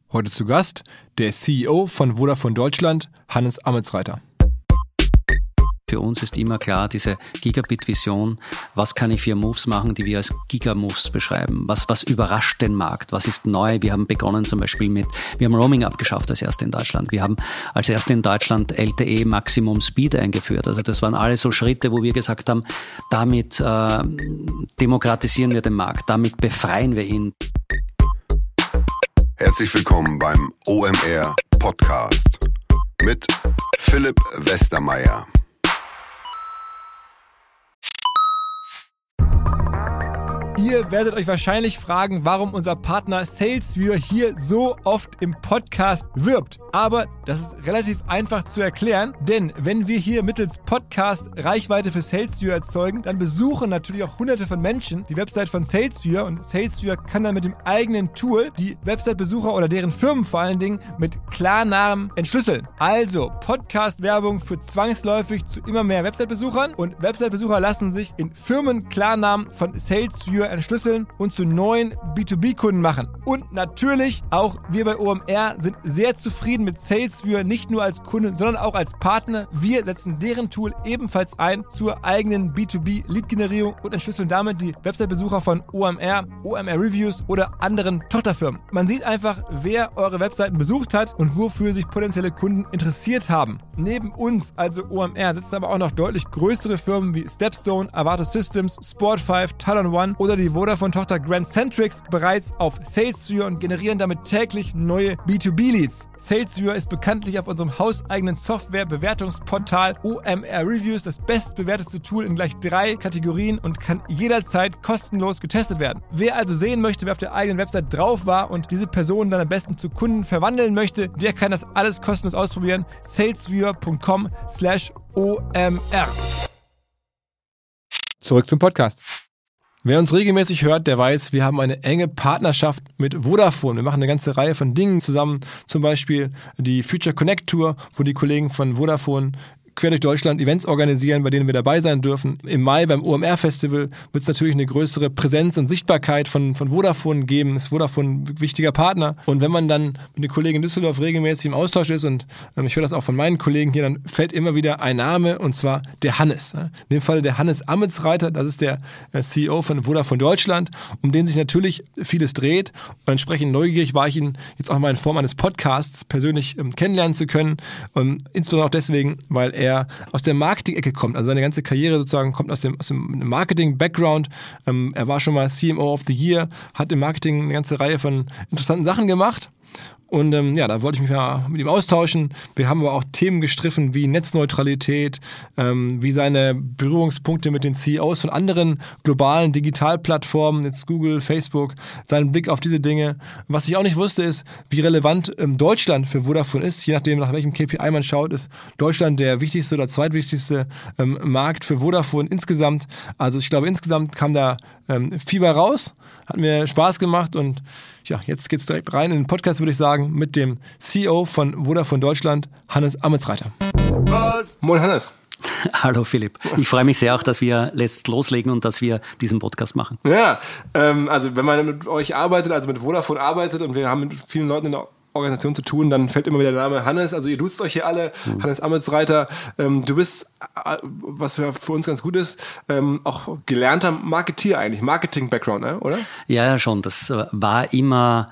Heute zu Gast der CEO von Vodafone Deutschland, Hannes Ametsreiter. Für uns ist immer klar, diese Gigabit-Vision, was kann ich für Moves machen, die wir als Giga-Moves beschreiben? Was überrascht den Markt? Was ist neu? Wir haben begonnen zum Beispiel wir haben Roaming abgeschafft als Erste in Deutschland. Wir haben als Erste in Deutschland LTE Maximum Speed eingeführt. Also das waren alle so Schritte, wo wir gesagt haben, damit demokratisieren wir den Markt, damit befreien wir ihn. Herzlich willkommen beim OMR Podcast mit Philipp Westermeier. Ihr werdet euch wahrscheinlich fragen, warum unser Partner SalesViewer hier so oft im Podcast wirbt. Aber das ist relativ einfach zu erklären, denn wenn wir hier mittels Podcast Reichweite für SalesViewer erzeugen, dann besuchen natürlich auch hunderte von Menschen die Website von SalesViewer und SalesViewer kann dann mit dem eigenen Tool die Website-Besucher oder deren Firmen vor allen Dingen mit Klarnamen entschlüsseln. Also Podcast-Werbung führt zwangsläufig zu immer mehr Website-Besuchern und Website-Besucher lassen sich in Firmen-Klarnamen von SalesViewer entschlüsseln und zu neuen B2B-Kunden machen. Und natürlich, auch wir bei OMR sind sehr zufrieden mit SalesViewer, nicht nur als Kunde, sondern auch als Partner. Wir setzen deren Tool ebenfalls ein zur eigenen B2B-Lead-Generierung und entschlüsseln damit die Website-Besucher von OMR, OMR Reviews oder anderen Tochterfirmen. Man sieht einfach, wer eure Webseiten besucht hat und wofür sich potenzielle Kunden interessiert haben. Neben uns, also OMR, setzen aber auch noch deutlich größere Firmen wie Stepstone, Avato Systems, Sport5, Talon One oder die Vodafone-Tochter Grandcentrix bereits auf SalesViewer und generieren damit täglich neue B2B-Leads. SalesViewer ist bekanntlich auf unserem hauseigenen Software-Bewertungsportal OMR Reviews das bestbewertete Tool in gleich 3 Kategorien und kann jederzeit kostenlos getestet werden. Wer also sehen möchte, wer auf der eigenen Website drauf war und diese Person dann am besten zu Kunden verwandeln möchte, der kann das alles kostenlos ausprobieren. salesviewer.com/OMR. Zurück zum Podcast. Wer uns regelmäßig hört, der weiß, wir haben eine enge Partnerschaft mit Vodafone. Wir machen eine ganze Reihe von Dingen zusammen, zum Beispiel die Future Connect Tour, wo die Kollegen von Vodafone quer durch Deutschland Events organisieren, bei denen wir dabei sein dürfen. Im Mai beim OMR-Festival wird es natürlich eine größere Präsenz und Sichtbarkeit von Vodafone geben. Ist Vodafone ein wichtiger Partner. Und wenn man dann mit den Kollegen in Düsseldorf regelmäßig im Austausch ist und ich höre das auch von meinen Kollegen hier, dann fällt immer wieder ein Name und zwar der Hannes. In dem Fall der Hannes Ametsreiter, das ist der CEO von Vodafone Deutschland, um den sich natürlich vieles dreht. Und entsprechend neugierig war ich ihn jetzt auch mal in Form eines Podcasts persönlich kennenlernen zu können. Und insbesondere auch deswegen, weil er aus der Marketing-Ecke kommt. Also seine ganze Karriere sozusagen kommt aus dem Marketing-Background. Er war schon mal CMO of the Year, hat im Marketing eine ganze Reihe von interessanten Sachen gemacht. Und da wollte ich mich mal mit ihm austauschen. Wir haben aber auch Themen gestriffen wie Netzneutralität, wie seine Berührungspunkte mit den CEOs von anderen globalen Digitalplattformen, jetzt Google, Facebook, seinen Blick auf diese Dinge. Was ich auch nicht wusste, ist, wie relevant Deutschland für Vodafone ist. Je nachdem, nach welchem KPI man schaut, ist Deutschland der wichtigste oder zweitwichtigste Markt für Vodafone insgesamt. Also ich glaube, insgesamt kam da Fieber raus, hat mir Spaß gemacht und ja, jetzt geht's direkt rein in den Podcast, würde ich sagen, mit dem CEO von Vodafone Deutschland, Hannes Ametsreiter. Moin Hannes. Hallo Philipp. Ich freue mich sehr auch, dass wir jetzt loslegen und dass wir diesen Podcast machen. Ja, also wenn man mit euch arbeitet, also mit Vodafone arbeitet und wir haben mit vielen Leuten in der Organisation zu tun, dann fällt immer wieder der Name Hannes, also ihr duzt euch hier alle, Hannes Ametsreiter. Du bist, was ja für uns ganz gut ist, auch gelernter Marketeer eigentlich, Marketing-Background, oder? Ja, schon. Das war immer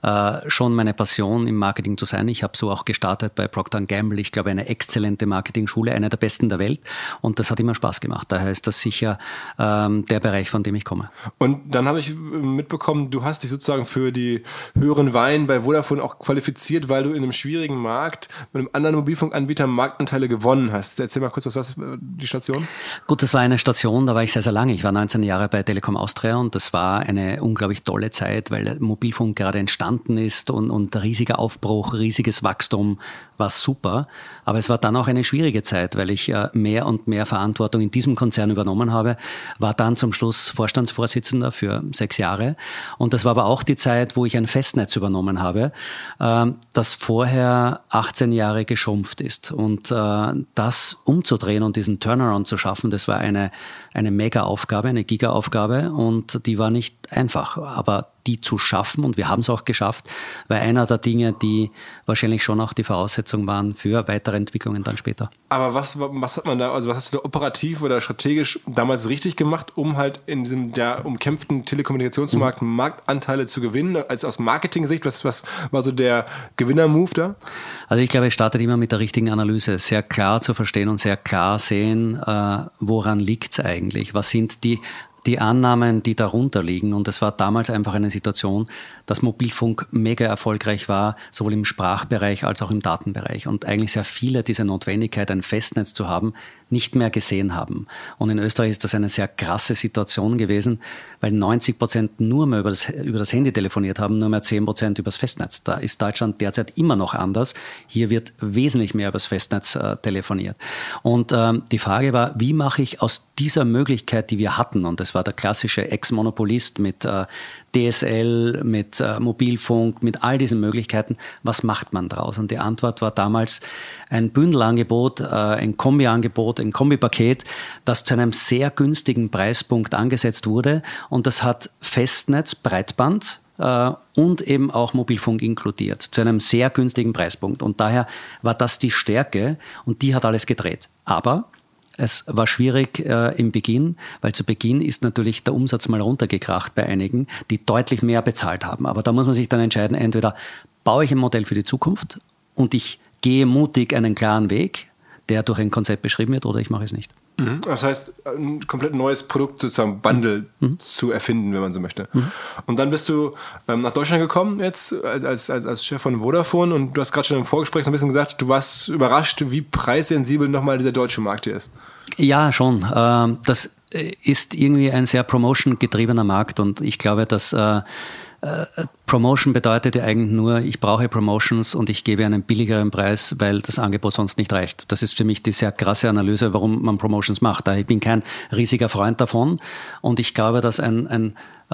schon meine Passion, im Marketing zu sein. Ich habe so auch gestartet bei Procter & Gamble. Ich glaube, eine exzellente Marketing-Schule, eine der besten der Welt. Und das hat immer Spaß gemacht. Daher ist das sicher der Bereich, von dem ich komme. Und dann habe ich mitbekommen, du hast dich sozusagen für die höheren Weihen bei Vodafone auch qualifiziert, weil du in einem schwierigen Markt mit einem anderen Mobilfunkanbieter Marktanteile gewonnen hast. Erzähl mal kurz, was war die Station? Gut, das war eine Station, da war ich sehr, sehr lange. Ich war 19 Jahre bei Telekom Austria und das war eine unglaublich tolle Zeit, weil Mobilfunk gerade entstanden ist und riesiger Aufbruch, riesiges Wachstum, war super. Aber es war dann auch eine schwierige Zeit, weil ich mehr und mehr Verantwortung in diesem Konzern übernommen habe, war dann zum Schluss Vorstandsvorsitzender für 6 Jahre. Und das war aber auch die Zeit, wo ich ein Festnetz übernommen habe, das vorher 18 Jahre geschrumpft ist. Und das umzudrehen und diesen Turnaround zu schaffen, das war eine Mega-Aufgabe, eine Giga-Aufgabe und die war nicht einfach. Aber die zu schaffen und wir haben es auch geschafft, weil einer der Dinge, die wahrscheinlich schon auch die Voraussetzung waren für weitere Entwicklungen dann später. Aber was hat man da, also was hast du da operativ oder strategisch damals richtig gemacht, um halt in diesem der umkämpften Telekommunikationsmarkt Marktanteile zu gewinnen? Also aus Marketing-Sicht, was war so der Gewinner-Move da? Also ich glaube, es startet immer mit der richtigen Analyse, sehr klar zu verstehen und sehr klar sehen, woran liegt es eigentlich? Was sind die Annahmen, die darunter liegen. Und es war damals einfach eine Situation, dass Mobilfunk mega erfolgreich war, sowohl im Sprachbereich als auch im Datenbereich. Und eigentlich sehr viele diese Notwendigkeit, ein Festnetz zu haben, nicht mehr gesehen haben. Und in Österreich ist das eine sehr krasse Situation gewesen, weil 90% nur mehr über das Handy telefoniert haben, nur mehr 10% übers Festnetz. Da ist Deutschland derzeit immer noch anders. Hier wird wesentlich mehr übers Festnetz telefoniert. Und die Frage war, wie mache ich aus dieser Möglichkeit, die wir hatten, und das war der klassische Ex-Monopolist mit DSL, mit Mobilfunk, mit all diesen Möglichkeiten, was macht man daraus? Und die Antwort war damals ein Bündelangebot, ein Kombiangebot, ein Kombipaket, das zu einem sehr günstigen Preispunkt angesetzt wurde. Und das hat Festnetz, Breitband und eben auch Mobilfunk inkludiert, zu einem sehr günstigen Preispunkt. Und daher war das die Stärke und die hat alles gedreht. Aber es war schwierig im Beginn, weil zu Beginn ist natürlich der Umsatz mal runtergekracht bei einigen, die deutlich mehr bezahlt haben. Aber da muss man sich dann entscheiden, entweder baue ich ein Modell für die Zukunft und ich gehe mutig einen klaren Weg, der durch ein Konzept beschrieben wird, oder ich mache es nicht. Das heißt, ein komplett neues Produkt, sozusagen Bundle zu erfinden, wenn man so möchte. Und dann bist du nach Deutschland gekommen jetzt als Chef von Vodafone und du hast gerade schon im Vorgespräch so ein bisschen gesagt, du warst überrascht, wie preissensibel nochmal dieser deutsche Markt hier ist. Ja, schon. Das ist irgendwie ein sehr promotion-getriebener Markt und ich glaube, dass Promotion bedeutet ja eigentlich nur, ich brauche Promotions und ich gebe einen billigeren Preis, weil das Angebot sonst nicht reicht. Das ist für mich die sehr krasse Analyse, warum man Promotions macht. Ich bin kein riesiger Freund davon und ich glaube, dass ein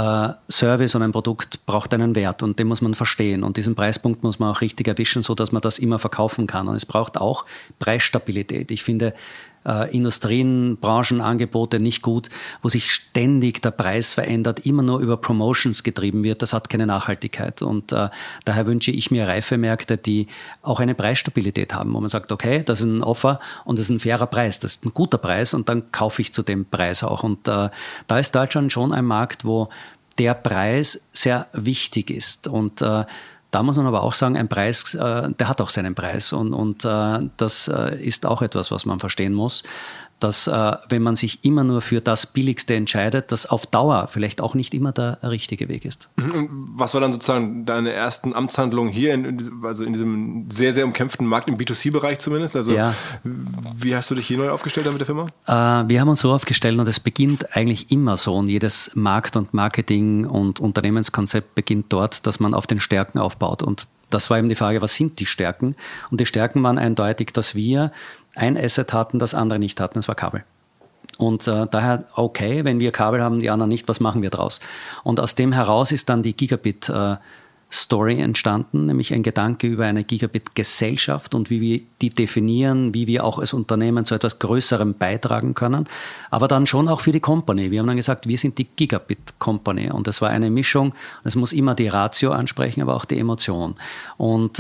Service und ein Produkt braucht einen Wert und den muss man verstehen und diesen Preispunkt muss man auch richtig erwischen, so dass man das immer verkaufen kann und es braucht auch Preisstabilität. Ich finde Industrien, Branchenangebote nicht gut, wo sich ständig der Preis verändert, immer nur über Promotions getrieben wird. Das hat keine Nachhaltigkeit und daher wünsche ich mir reife Märkte, die auch eine Preisstabilität haben, wo man sagt, okay, das ist ein Offer und das ist ein fairer Preis, das ist ein guter Preis und dann kaufe ich zu dem Preis auch und da ist Deutschland schon ein Markt, wo der Preis sehr wichtig ist und da muss man aber auch sagen, ein Preis, der hat auch seinen Preis und das ist auch etwas, was man verstehen muss, dass wenn man sich immer nur für das Billigste entscheidet, das auf Dauer vielleicht auch nicht immer der richtige Weg ist. Was war dann sozusagen deine ersten Amtshandlungen hier, in diesem sehr, sehr umkämpften Markt, im B2C-Bereich zumindest? Also ja. Wie hast du dich hier neu aufgestellt mit der Firma? Wir haben uns so aufgestellt und es beginnt eigentlich immer so und jedes Markt- und Marketing- und Unternehmenskonzept beginnt dort, dass man auf den Stärken aufbaut und das war eben die Frage, was sind die Stärken? Und die Stärken waren eindeutig, dass wir ein Asset hatten, das andere nicht hatten, das war Kabel. Und daher, okay, wenn wir Kabel haben, die anderen nicht, was machen wir draus? Und aus dem heraus ist dann die Gigabit-Story entstanden, nämlich ein Gedanke über eine Gigabit-Gesellschaft und wie wir die definieren, wie wir auch als Unternehmen zu etwas Größerem beitragen können, aber dann schon auch für die Company. Wir haben dann gesagt, wir sind die Gigabit-Company und das war eine Mischung, es muss immer die Ratio ansprechen, aber auch die Emotion. Und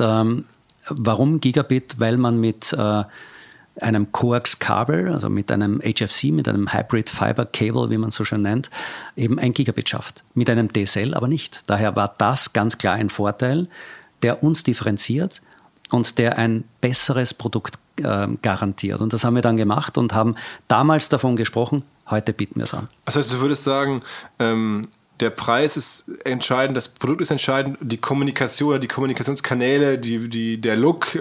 warum Gigabit? Weil man mit einem Coax-Kabel, also mit einem HFC, mit einem Hybrid Fiber Cable, wie man es so schön nennt, eben ein Gigabit schafft. Mit einem DSL aber nicht. Daher war das ganz klar ein Vorteil, der uns differenziert und der ein besseres Produkt garantiert. Und das haben wir dann gemacht und haben damals davon gesprochen, heute bieten wir es an. Das heißt, du würdest sagen, der Preis ist entscheidend, das Produkt ist entscheidend, die Kommunikation, die Kommunikationskanäle, der Look,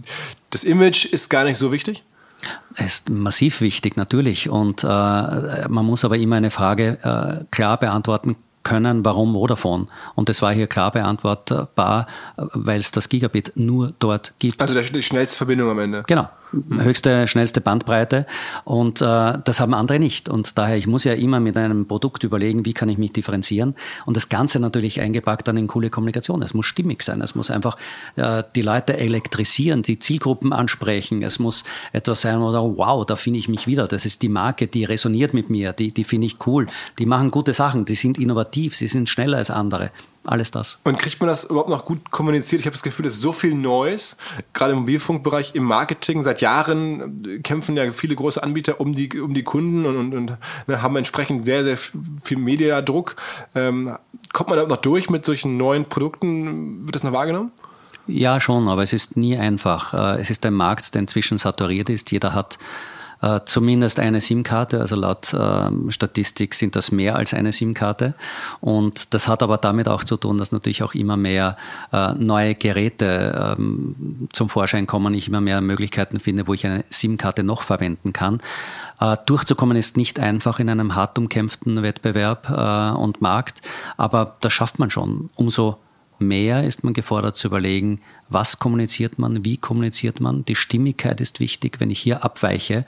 das Image ist gar nicht so wichtig? Es ist massiv wichtig, natürlich. Und man muss aber immer eine Frage klar beantworten können, warum Vodafone? Und das war hier klar beantwortbar, weil es das Gigabit nur dort gibt. Also die schnellste Verbindung am Ende? Genau. Höchste, schnellste Bandbreite und das haben andere nicht und daher, ich muss ja immer mit einem Produkt überlegen, wie kann ich mich differenzieren und das Ganze natürlich eingepackt dann in coole Kommunikation. Es muss stimmig sein, es muss einfach die Leute elektrisieren, die Zielgruppen ansprechen, es muss etwas sein, wo sagen, wow, da finde ich mich wieder, das ist die Marke, die resoniert mit mir, die finde ich cool, die machen gute Sachen, die sind innovativ, sie sind schneller als andere. alles das. Und kriegt man das überhaupt noch gut kommuniziert? Ich habe das Gefühl, es ist so viel Neues, gerade im Mobilfunkbereich, im Marketing. Seit Jahren kämpfen ja viele große Anbieter um die Kunden und haben entsprechend sehr, sehr viel Mediadruck. Kommt man da noch durch mit solchen neuen Produkten? Wird das noch wahrgenommen? Ja, schon, aber es ist nie einfach. Es ist ein Markt, der inzwischen saturiert ist. Jeder hat zumindest eine SIM-Karte, also laut Statistik sind das mehr als eine SIM-Karte. Und das hat aber damit auch zu tun, dass natürlich auch immer mehr neue Geräte zum Vorschein kommen, ich immer mehr Möglichkeiten finde, wo ich eine SIM-Karte noch verwenden kann. Durchzukommen ist nicht einfach in einem hart umkämpften Wettbewerb und Markt, aber das schafft man schon. Umso mehr ist man gefordert zu überlegen, was kommuniziert man, wie kommuniziert man. Die Stimmigkeit ist wichtig. Wenn ich hier abweiche,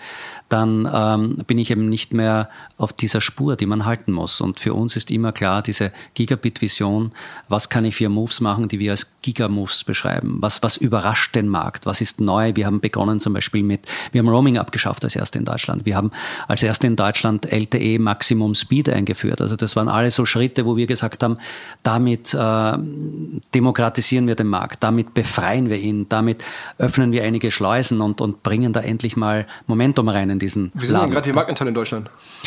dann bin ich eben nicht mehr auf dieser Spur, die man halten muss. Und für uns ist immer klar, diese Gigabit-Vision, was kann ich für Moves machen, die wir als Gigamoves beschreiben? Was überrascht den Markt? Was ist neu? Wir haben begonnen zum Beispiel wir haben Roaming abgeschafft als Erste in Deutschland. Wir haben als Erste in Deutschland LTE Maximum Speed eingeführt. Also das waren alle so Schritte, wo wir gesagt haben, damit demokratisieren wir den Markt, damit befreien wir ihn, damit öffnen wir einige Schleusen und bringen da endlich mal Momentum rein in diesen Wie sind denn gerade die Marktanteile in Deutschland?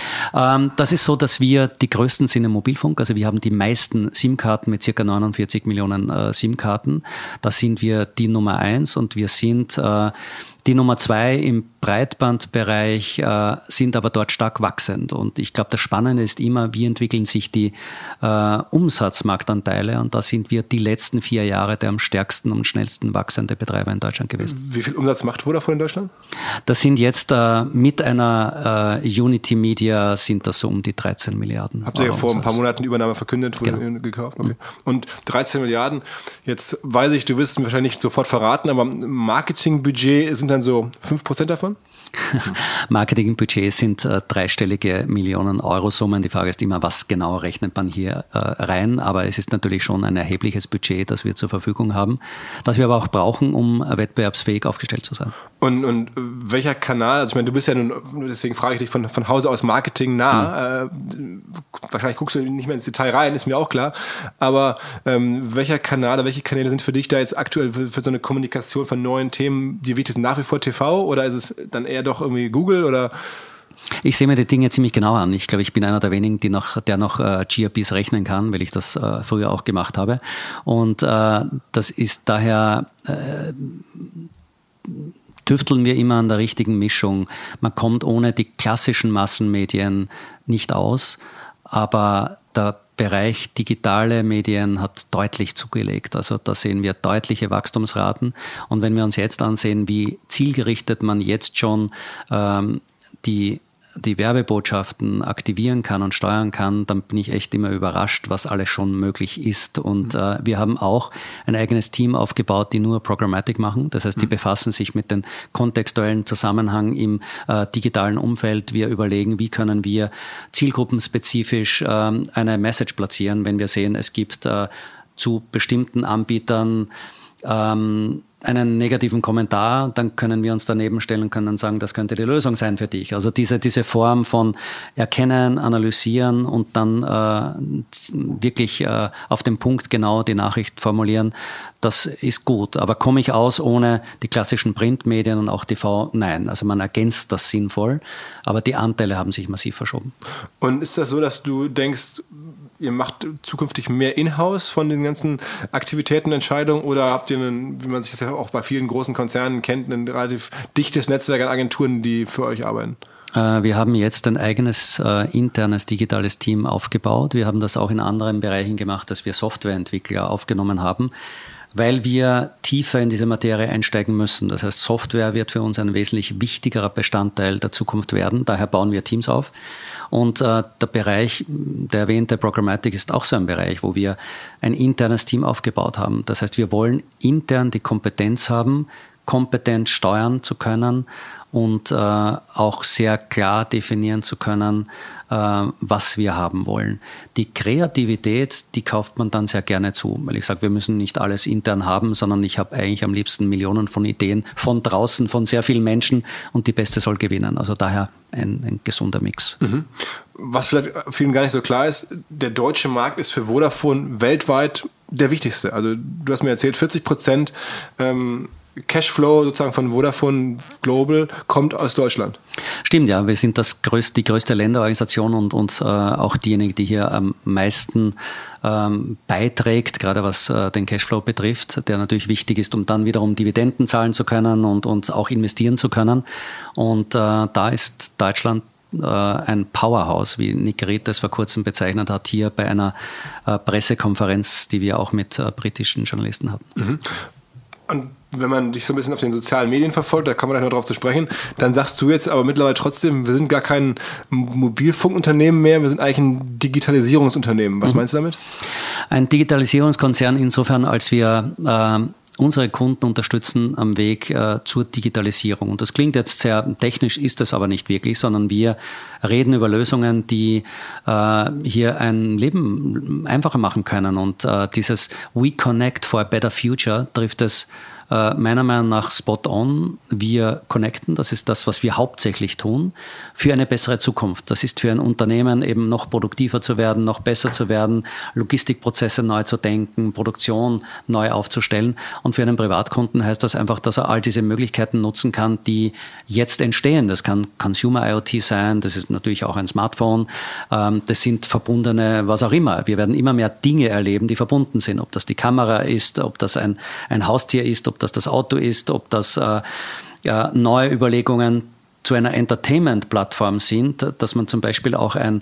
Das ist so, dass wir die größten sind im Mobilfunk. Also wir haben die meisten SIM-Karten mit ca. 49 Millionen SIM-Karten. Da sind wir die Nummer 1 und wir sind die Nummer 2 im Breitbandbereich, sind aber dort stark wachsend. Und ich glaube, das Spannende ist immer, wie entwickeln sich die Umsatzmarktanteile. Und da sind wir die letzten 4 Jahre der am stärksten und schnellsten wachsende Betreiber in Deutschland gewesen. Wie viel Umsatz macht Vodafone in Deutschland? Das sind jetzt mit einer Unity Media sind das so um die 13 Milliarden. Habt ihr ja vor ein paar Monaten die Übernahme verkündet, wurde gekauft? Okay. Und 13 Milliarden, jetzt weiß ich, du wirst es mir wahrscheinlich nicht sofort verraten, aber Marketingbudget sind dann so 5% davon? Marketingbudgets sind dreistellige Millionen-Euro-Summen. Die Frage ist immer, was genau rechnet man hier rein? Aber es ist natürlich schon ein erhebliches Budget, das wir zur Verfügung haben, das wir aber auch brauchen, um wettbewerbsfähig aufgestellt zu sein. Und welcher Kanal, also ich meine, du bist ja nun, deswegen frage ich dich von Hause aus Marketing nah. Wahrscheinlich guckst du nicht mehr ins Detail rein, ist mir auch klar. Aber welcher Kanal, welche Kanäle sind für dich da jetzt aktuell für so eine Kommunikation von neuen Themen die wichtigsten? Nach wie vor TV oder ist es dann eher doch irgendwie Google oder? Ich sehe mir die Dinge ziemlich genau an. Ich glaube, ich bin einer der wenigen, der noch GRPs rechnen kann, weil ich das früher auch gemacht habe. Und das ist daher tüfteln wir immer an der richtigen Mischung. Man kommt ohne die klassischen Massenmedien nicht aus, aber der Bereich digitale Medien hat deutlich zugelegt. Also da sehen wir deutliche Wachstumsraten. Und wenn wir uns jetzt ansehen, wie zielgerichtet man jetzt schon die Werbebotschaften aktivieren kann und steuern kann, dann bin ich echt immer überrascht, was alles schon möglich ist. Und wir haben auch ein eigenes Team aufgebaut, die nur Programmatic machen. Das heißt, die befassen sich mit dem kontextuellen Zusammenhang im digitalen Umfeld. Wir überlegen, wie können wir zielgruppenspezifisch eine Message platzieren, wenn wir sehen, es gibt zu bestimmten Anbietern einen negativen Kommentar, dann können wir uns daneben stellen und können sagen, das könnte die Lösung sein für dich. Also diese Form von erkennen, analysieren und dann wirklich auf den Punkt genau die Nachricht formulieren, das ist gut. Aber komme ich aus ohne die klassischen Printmedien und auch TV? Nein. Also man ergänzt das sinnvoll, aber die Anteile haben sich massiv verschoben. Und ist das so, dass du denkst, ihr macht zukünftig mehr In-house von den ganzen Aktivitäten, Entscheidungen oder habt ihr, wie man sich das ja auch bei vielen großen Konzernen kennt, ein relativ dichtes Netzwerk an Agenturen, die für euch arbeiten? Wir haben jetzt ein eigenes internes digitales Team aufgebaut. Wir haben das auch in anderen Bereichen gemacht, dass wir Softwareentwickler aufgenommen haben, weil wir tiefer in diese Materie einsteigen müssen. Das heißt, Software wird für uns ein wesentlich wichtigerer Bestandteil der Zukunft werden. Daher bauen wir Teams auf. Und der Bereich, der erwähnte Programmatic, ist auch so ein Bereich, wo wir ein internes Team aufgebaut haben. Das heißt, wir wollen intern die Kompetenz haben, kompetent steuern zu können und auch sehr klar definieren zu können, was wir haben wollen. Die Kreativität, die kauft man dann sehr gerne zu, weil ich sage, wir müssen nicht alles intern haben, sondern ich habe eigentlich am liebsten Millionen von Ideen von draußen, von sehr vielen Menschen und die beste soll gewinnen. Also daher ein gesunder Mix. Mhm. Was vielleicht vielen gar nicht so klar ist, der deutsche Markt ist für Vodafone weltweit der wichtigste. Also du hast mir erzählt, 40% Cashflow sozusagen von Vodafone Global kommt aus Deutschland. Stimmt, ja. Wir sind die größte Länderorganisation und auch diejenige, die hier am meisten beiträgt, gerade was den Cashflow betrifft, der natürlich wichtig ist, um dann wiederum Dividenden zahlen zu können und auch investieren zu können. Und da ist Deutschland ein Powerhouse, wie Nick Reed das vor kurzem bezeichnet hat, hier bei einer Pressekonferenz, die wir auch mit britischen Journalisten hatten. Mhm. Und wenn man dich so ein bisschen auf den sozialen Medien verfolgt, da kann man gleich noch drauf zu sprechen, dann sagst du jetzt aber mittlerweile trotzdem, wir sind gar kein Mobilfunkunternehmen mehr, wir sind eigentlich ein Digitalisierungsunternehmen. Was meinst du damit? Ein Digitalisierungskonzern insofern, als wir unsere Kunden unterstützen am Weg zur Digitalisierung. Und das klingt jetzt sehr technisch, ist es aber nicht wirklich, sondern wir reden über Lösungen, die hier ein Leben einfacher machen können. Und dieses We Connect for a Better Future trifft es meiner Meinung nach spot on. Wir connecten, das ist das, was wir hauptsächlich tun, für eine bessere Zukunft. Das ist für ein Unternehmen eben noch produktiver zu werden, noch besser zu werden, Logistikprozesse neu zu denken, Produktion neu aufzustellen. Und für einen Privatkunden heißt das einfach, dass er all diese Möglichkeiten nutzen kann, die jetzt entstehen. Das kann Consumer IoT sein, das ist natürlich auch ein Smartphone, das sind verbundene, was auch immer. Wir werden immer mehr Dinge erleben, die verbunden sind. Ob das die Kamera ist, ob das ein Haustier ist, ob das Auto ist, ob das neue Überlegungen zu einer Entertainment-Plattform sind, dass man zum Beispiel auch ein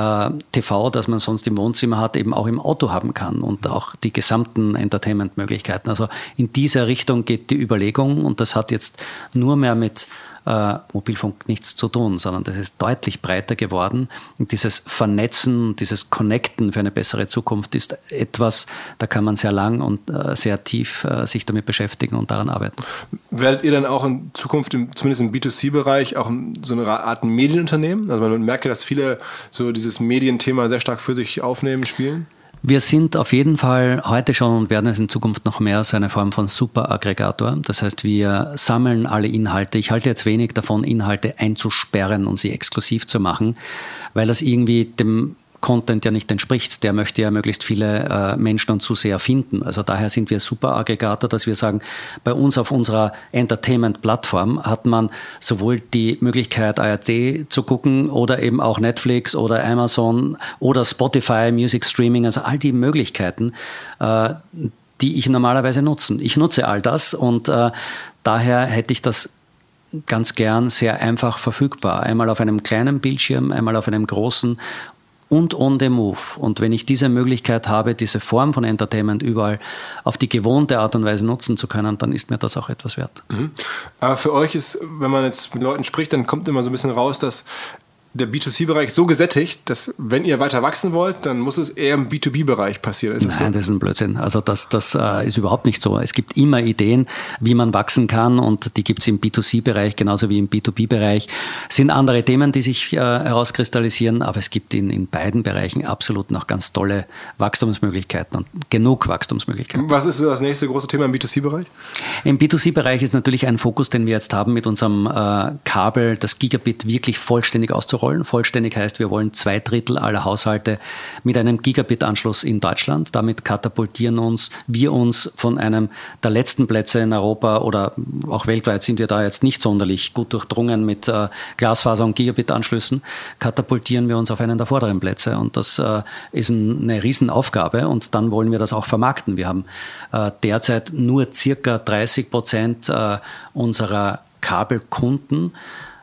TV, das man sonst im Wohnzimmer hat, eben auch im Auto haben kann und auch die gesamten Entertainment-Möglichkeiten. Also in dieser Richtung geht die Überlegung und das hat jetzt nur mehr mit Mobilfunk nichts zu tun, sondern das ist deutlich breiter geworden. Und dieses Vernetzen, dieses Connecten für eine bessere Zukunft ist etwas, da kann man sehr lang und sehr tief sich damit beschäftigen und daran arbeiten. Werdet ihr dann auch in Zukunft, zumindest im B2C-Bereich, auch so eine Art Medienunternehmen? Also man merkt ja, dass viele so dieses Medienthema sehr stark für sich aufnehmen, spielen. Wir sind auf jeden Fall heute schon und werden es in Zukunft noch mehr so eine Form von Superaggregator. Das heißt, wir sammeln alle Inhalte. Ich halte jetzt wenig davon, Inhalte einzusperren und sie exklusiv zu machen, weil das irgendwie dem Content ja nicht entspricht. Der möchte ja möglichst viele Menschen und Zuseher finden. Also daher sind wir Superaggregator, dass wir sagen, bei uns auf unserer Entertainment-Plattform hat man sowohl die Möglichkeit, ARD zu gucken oder eben auch Netflix oder Amazon oder Spotify, Music Streaming, also all die Möglichkeiten, die ich normalerweise nutze. Ich nutze all das und daher hätte ich das ganz gern sehr einfach verfügbar. Einmal auf einem kleinen Bildschirm, einmal auf einem großen und on the move. Und wenn ich diese Möglichkeit habe, diese Form von Entertainment überall auf die gewohnte Art und Weise nutzen zu können, dann ist mir das auch etwas wert. Mhm. Aber für euch ist, wenn man jetzt mit Leuten spricht, dann kommt immer so ein bisschen raus, dass der B2C-Bereich so gesättigt, dass wenn ihr weiter wachsen wollt, dann muss es eher im B2B-Bereich passieren. Ist das Nein, das ist ein Blödsinn. Also das ist überhaupt nicht so. Es gibt immer Ideen, wie man wachsen kann und die gibt es im B2C-Bereich genauso wie im B2B-Bereich. Es sind andere Themen, die sich herauskristallisieren, aber es gibt in beiden Bereichen absolut noch ganz tolle Wachstumsmöglichkeiten und genug Wachstumsmöglichkeiten. Was ist das nächste große Thema im B2C-Bereich? Im B2C-Bereich ist natürlich ein Fokus, den wir jetzt haben mit unserem Kabel, das Gigabit wirklich vollständig auszurollen. Vollständig heißt, wir wollen 2/3 aller Haushalte mit einem Gigabit-Anschluss in Deutschland. Damit katapultieren wir uns von einem der letzten Plätze in Europa oder auch weltweit sind wir da jetzt nicht sonderlich gut durchdrungen mit Glasfaser- und Gigabit-Anschlüssen, katapultieren wir uns auf einen der vorderen Plätze. Und das ist eine Riesenaufgabe und dann wollen wir das auch vermarkten. Wir haben derzeit nur circa 30% unserer Kabelkunden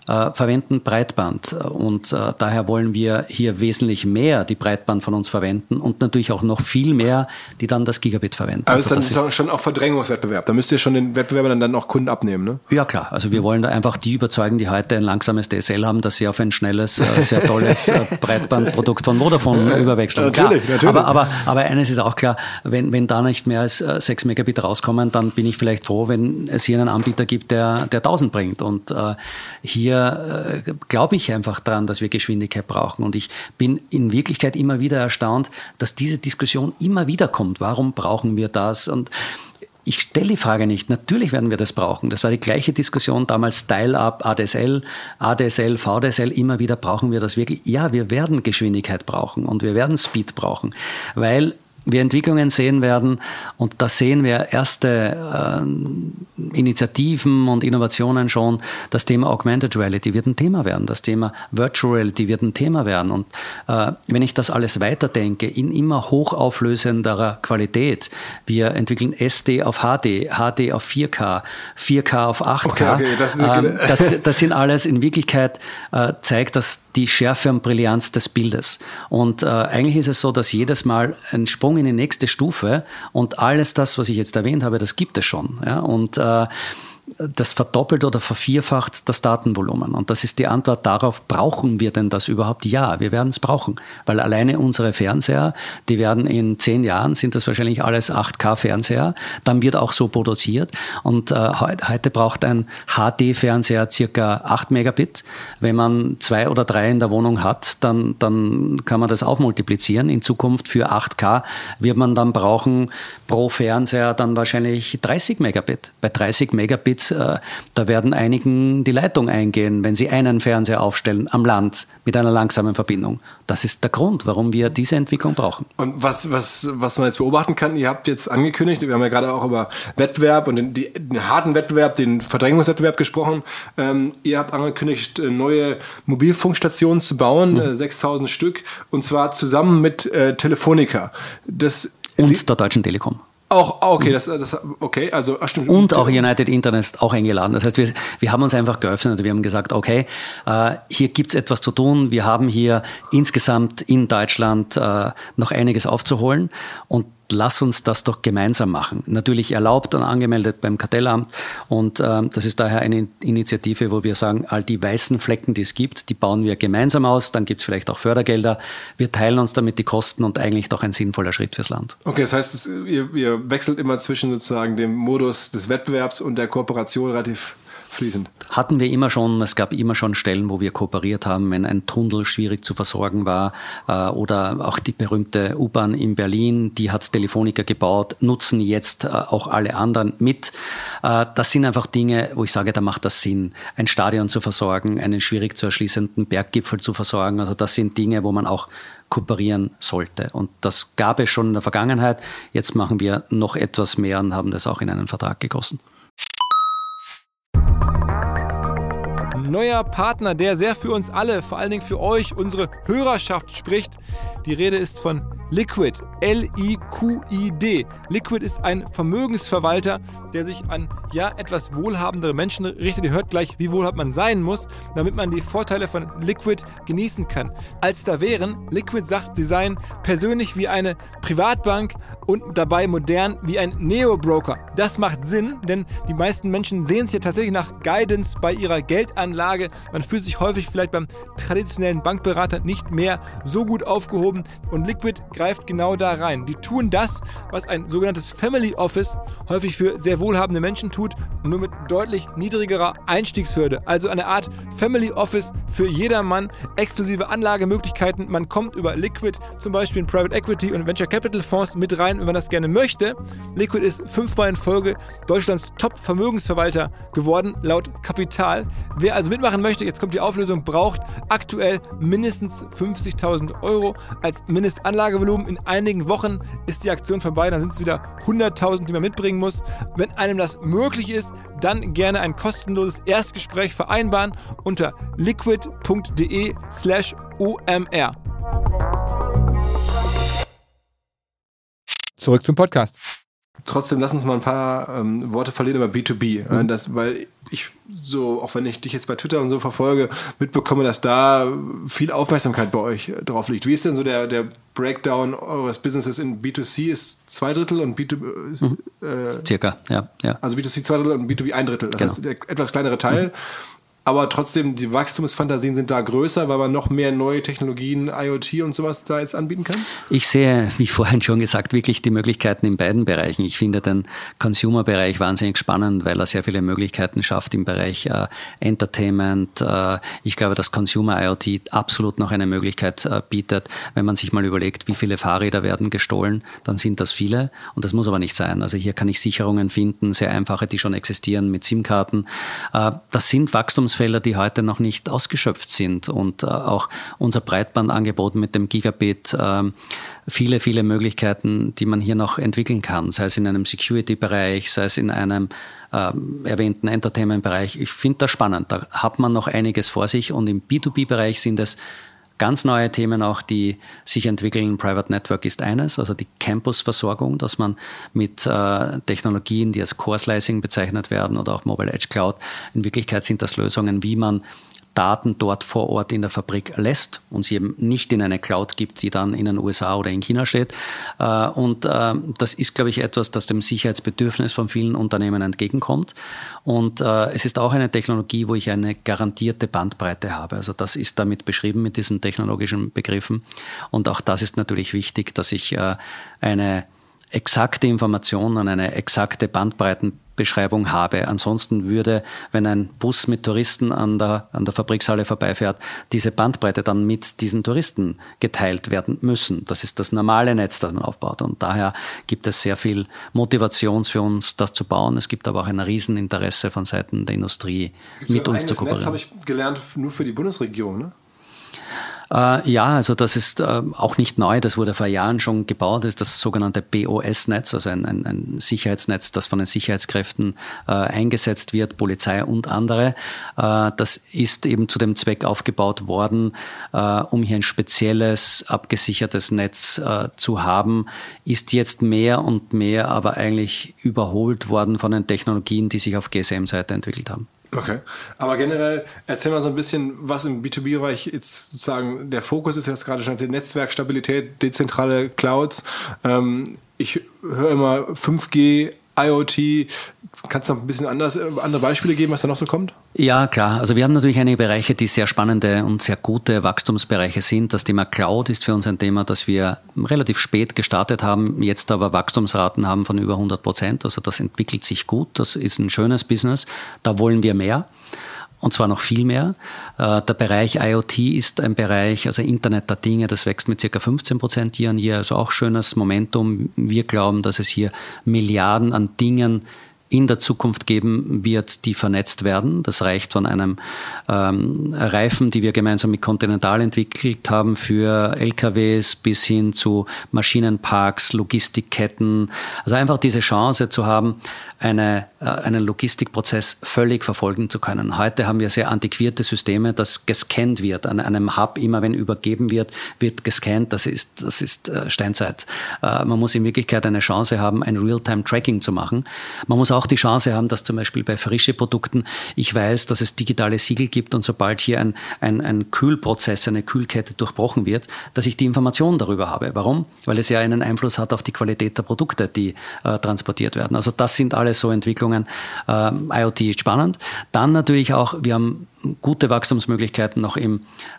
verwenden Breitband und daher wollen wir hier wesentlich mehr die Breitband von uns verwenden und natürlich auch noch viel mehr, die dann das Gigabit verwenden. Also das ist schon auch Verdrängungswettbewerb. Da müsst ihr schon den Wettbewerbern dann auch Kunden abnehmen, ne? Ja klar, also wir wollen da einfach die überzeugen, die heute ein langsames DSL haben, dass sie auf ein schnelles, sehr tolles Breitbandprodukt von Vodafone überwechseln. Natürlich. Aber eines ist auch klar, wenn da nicht mehr als 6 Megabit rauskommen, dann bin ich vielleicht froh, wenn es hier einen Anbieter gibt, der 1000 bringt. Und hier glaube ich einfach dran, dass wir Geschwindigkeit brauchen. Und ich bin in Wirklichkeit immer wieder erstaunt, dass diese Diskussion immer wieder kommt. Warum brauchen wir das? Und ich stelle die Frage nicht. Natürlich werden wir das brauchen. Das war die gleiche Diskussion damals, Dial-up, ADSL, VDSL, immer wieder brauchen wir das wirklich. Ja, wir werden Geschwindigkeit brauchen und wir werden Speed brauchen, weil wir Entwicklungen sehen werden und da sehen wir erste Initiativen und Innovationen schon. Das Thema Augmented Reality wird ein Thema werden, das Thema Virtual Reality wird ein Thema werden und wenn ich das alles weiterdenke, in immer hochauflösenderer Qualität, wir entwickeln SD auf HD, HD auf 4K, 4K auf 8K, okay, das sind alles in Wirklichkeit, zeigt das die Schärfe und Brillanz des Bildes und eigentlich ist es so, dass jedes Mal ein Sprung in die nächste Stufe und alles das, was ich jetzt erwähnt habe, das gibt es schon. Ja? Und das verdoppelt oder vervierfacht das Datenvolumen. Und das ist die Antwort darauf, brauchen wir denn das überhaupt? Ja, wir werden es brauchen. Weil alleine unsere Fernseher, die werden in 10 Jahren, sind das wahrscheinlich alles 8K-Fernseher. Dann wird auch so produziert. Und heute braucht ein HD-Fernseher circa 8 Megabit. Wenn man 2 oder 3 in der Wohnung hat, dann kann man das auch multiplizieren. In Zukunft für 8K wird man dann brauchen pro Fernseher dann wahrscheinlich 30 Megabit. Bei 30 Megabit da werden einigen die Leitung eingehen, wenn sie einen Fernseher aufstellen am Land mit einer langsamen Verbindung. Das ist der Grund, warum wir diese Entwicklung brauchen. Und was man jetzt beobachten kann, ihr habt jetzt angekündigt, wir haben ja gerade auch über Wettbewerb und den harten Wettbewerb, den Verdrängungswettbewerb gesprochen. Ihr habt angekündigt, neue Mobilfunkstationen zu bauen, 6000 Stück, und zwar zusammen mit Telefonica. Und der Deutschen Telekom. Auch, okay, okay, also stimmt. Und auch United Internet auch eingeladen. Das heißt, wir haben uns einfach geöffnet. Wir haben gesagt, okay, hier gibt's etwas zu tun. Wir haben hier insgesamt in Deutschland noch einiges aufzuholen und lass uns das doch gemeinsam machen. Natürlich erlaubt und angemeldet beim Kartellamt und das ist daher eine Initiative, wo wir sagen, all die weißen Flecken, die es gibt, die bauen wir gemeinsam aus, dann gibt es vielleicht auch Fördergelder. Wir teilen uns damit die Kosten und eigentlich doch ein sinnvoller Schritt fürs Land. Okay, das heißt, ihr wechselt immer zwischen sozusagen dem Modus des Wettbewerbs und der Kooperation relativ fließend. Hatten wir immer schon, es gab immer schon Stellen, wo wir kooperiert haben, wenn ein Tunnel schwierig zu versorgen war oder auch die berühmte U-Bahn in Berlin, die hat Telefonica gebaut, nutzen jetzt auch alle anderen mit. Das sind einfach Dinge, wo ich sage, da macht das Sinn, ein Stadion zu versorgen, einen schwierig zu erschließenden Berggipfel zu versorgen. Also das sind Dinge, wo man auch kooperieren sollte. Und das gab es schon in der Vergangenheit. Jetzt machen wir noch etwas mehr und haben das auch in einen Vertrag gegossen. Neuer Partner, der sehr für uns alle, vor allen Dingen für euch, unsere Hörerschaft spricht. Die Rede ist von Liquid, L-I-Q-I-D. Liquid ist ein Vermögensverwalter, der sich an etwas wohlhabendere Menschen richtet. Ihr hört gleich, wie wohlhabend man sein muss, damit man die Vorteile von Liquid genießen kann. Als da wären, Liquid sagt, sie seien persönlich wie eine Privatbank und dabei modern wie ein Neo-Broker. Das macht Sinn, denn die meisten Menschen sehen sich ja tatsächlich nach Guidance bei ihrer Geldanlage. Man fühlt sich häufig vielleicht beim traditionellen Bankberater nicht mehr so gut aufgehoben und Liquid greift genau da rein. Die tun das, was ein sogenanntes Family Office häufig für sehr wohlhabende Menschen tut, nur mit deutlich niedrigerer Einstiegshürde. Also eine Art Family Office für jedermann, exklusive Anlagemöglichkeiten. Man kommt über Liquid zum Beispiel in Private Equity und Venture Capital Fonds mit rein, wenn man das gerne möchte. Liquid ist 5-mal in Folge Deutschlands Top-Vermögensverwalter geworden, laut Kapital. Wer also mitmachen möchte, jetzt kommt die Auflösung, braucht aktuell mindestens 50.000 Euro als Mindestanlagevolumen. In einigen Wochen ist die Aktion vorbei, dann sind es wieder 100.000, die man mitbringen muss. Wenn einem das möglich ist, dann gerne ein kostenloses Erstgespräch vereinbaren unter liquid.de/omr. Zurück zum Podcast. Trotzdem, lass uns mal ein paar Worte verlieren über B2B. Weil ich so, auch wenn ich dich jetzt bei Twitter und so verfolge, mitbekomme, dass da viel Aufmerksamkeit bei euch drauf liegt. Wie ist denn so der Breakdown eures Businesses in B2C? Ist 2/3 und B2B... Circa, ja. Also B2C 2/3 und B2B 1/3. Das heißt, der etwas kleinere Teil. Aber trotzdem, die Wachstumsfantasien sind da größer, weil man noch mehr neue Technologien, IoT und sowas da jetzt anbieten kann? Ich sehe, wie vorhin schon gesagt, wirklich die Möglichkeiten in beiden Bereichen. Ich finde den Consumer-Bereich wahnsinnig spannend, weil er sehr viele Möglichkeiten schafft im Bereich Entertainment. Ich glaube, dass Consumer IoT absolut noch eine Möglichkeit bietet. Wenn man sich mal überlegt, wie viele Fahrräder werden gestohlen, dann sind das viele. Und das muss aber nicht sein. Also hier kann ich Sicherungen finden, sehr einfache, die schon existieren mit SIM-Karten. Das sind Wachstumsfelder, die heute noch nicht ausgeschöpft sind und auch unser Breitbandangebot mit dem Gigabit, viele Möglichkeiten, die man hier noch entwickeln kann, sei es in einem Security-Bereich, sei es in einem erwähnten Entertainment-Bereich. Ich finde das spannend, da hat man noch einiges vor sich und im B2B-Bereich sind es ganz neue Themen auch, die sich entwickeln. Private Network ist eines, also die Campus-Versorgung, dass man mit Technologien, die als Core Slicing bezeichnet werden oder auch Mobile Edge Cloud, in Wirklichkeit sind das Lösungen, wie man Daten dort vor Ort in der Fabrik lässt und sie eben nicht in eine Cloud gibt, die dann in den USA oder in China steht. Und das ist, glaube ich, etwas, das dem Sicherheitsbedürfnis von vielen Unternehmen entgegenkommt. Und es ist auch eine Technologie, wo ich eine garantierte Bandbreite habe. Also das ist damit beschrieben mit diesen technologischen Begriffen. Und auch das ist natürlich wichtig, dass ich eine exakte Information und eine exakte Bandbreitenbeschreibung habe. Ansonsten würde, wenn ein Bus mit Touristen an der Fabrikshalle vorbeifährt, diese Bandbreite dann mit diesen Touristen geteilt werden müssen. Das ist das normale Netz, das man aufbaut. Und daher gibt es sehr viel Motivation für uns, das zu bauen. Es gibt aber auch ein Rieseninteresse von Seiten der Industrie, mit uns zu kooperieren. Das habe ich gelernt, nur für die Bundesregierung, ne? Ja, also das ist auch nicht neu, das wurde vor Jahren schon gebaut, das ist das sogenannte BOS-Netz, also ein Sicherheitsnetz, das von den Sicherheitskräften eingesetzt wird, Polizei und andere. Das ist eben zu dem Zweck aufgebaut worden, um hier ein spezielles, abgesichertes Netz zu haben, ist jetzt mehr und mehr aber eigentlich überholt worden von den Technologien, die sich auf GSM-Seite entwickelt haben. Okay, aber generell erzähl mal so ein bisschen, was im B2B-Bereich jetzt sozusagen der Fokus ist, jetzt gerade schon Netzwerkstabilität, dezentrale Clouds. Ich höre immer 5G, IoT. Kannst du noch ein bisschen andere Beispiele geben, was da noch so kommt? Ja, klar. Also wir haben natürlich einige Bereiche, die sehr spannende und sehr gute Wachstumsbereiche sind. Das Thema Cloud ist für uns ein Thema, das wir relativ spät gestartet haben, jetzt aber Wachstumsraten haben von über 100%. Also das entwickelt sich gut. Das ist ein schönes Business. Da wollen wir mehr. Und zwar noch viel mehr. Der Bereich IoT ist ein Bereich, also Internet der Dinge, das wächst mit ca. 15% Jahr an Jahr, also auch schönes Momentum. Wir glauben, dass es hier Milliarden an Dingen in der Zukunft geben wird, die vernetzt werden. Das reicht von einem Reifen, die wir gemeinsam mit Continental entwickelt haben für LKWs, bis hin zu Maschinenparks, Logistikketten. Also einfach diese Chance zu haben, einen Logistikprozess völlig verfolgen zu können. Heute haben wir sehr antiquierte Systeme, das gescannt wird. An einem Hub, immer wenn übergeben wird gescannt. Das ist Steinzeit. Man muss in Wirklichkeit eine Chance haben, ein Real-Time-Tracking zu machen. Man muss auch die Chance haben, dass zum Beispiel bei frischen Produkten, ich weiß, dass es digitale Siegel gibt und sobald hier ein Kühlprozess, eine Kühlkette durchbrochen wird, dass ich die Information darüber habe. Warum? Weil es ja einen Einfluss hat auf die Qualität der Produkte, die transportiert werden. Also das sind alles so Entwicklungen. IoT ist spannend. Dann natürlich auch, wir haben gute Wachstumsmöglichkeiten noch im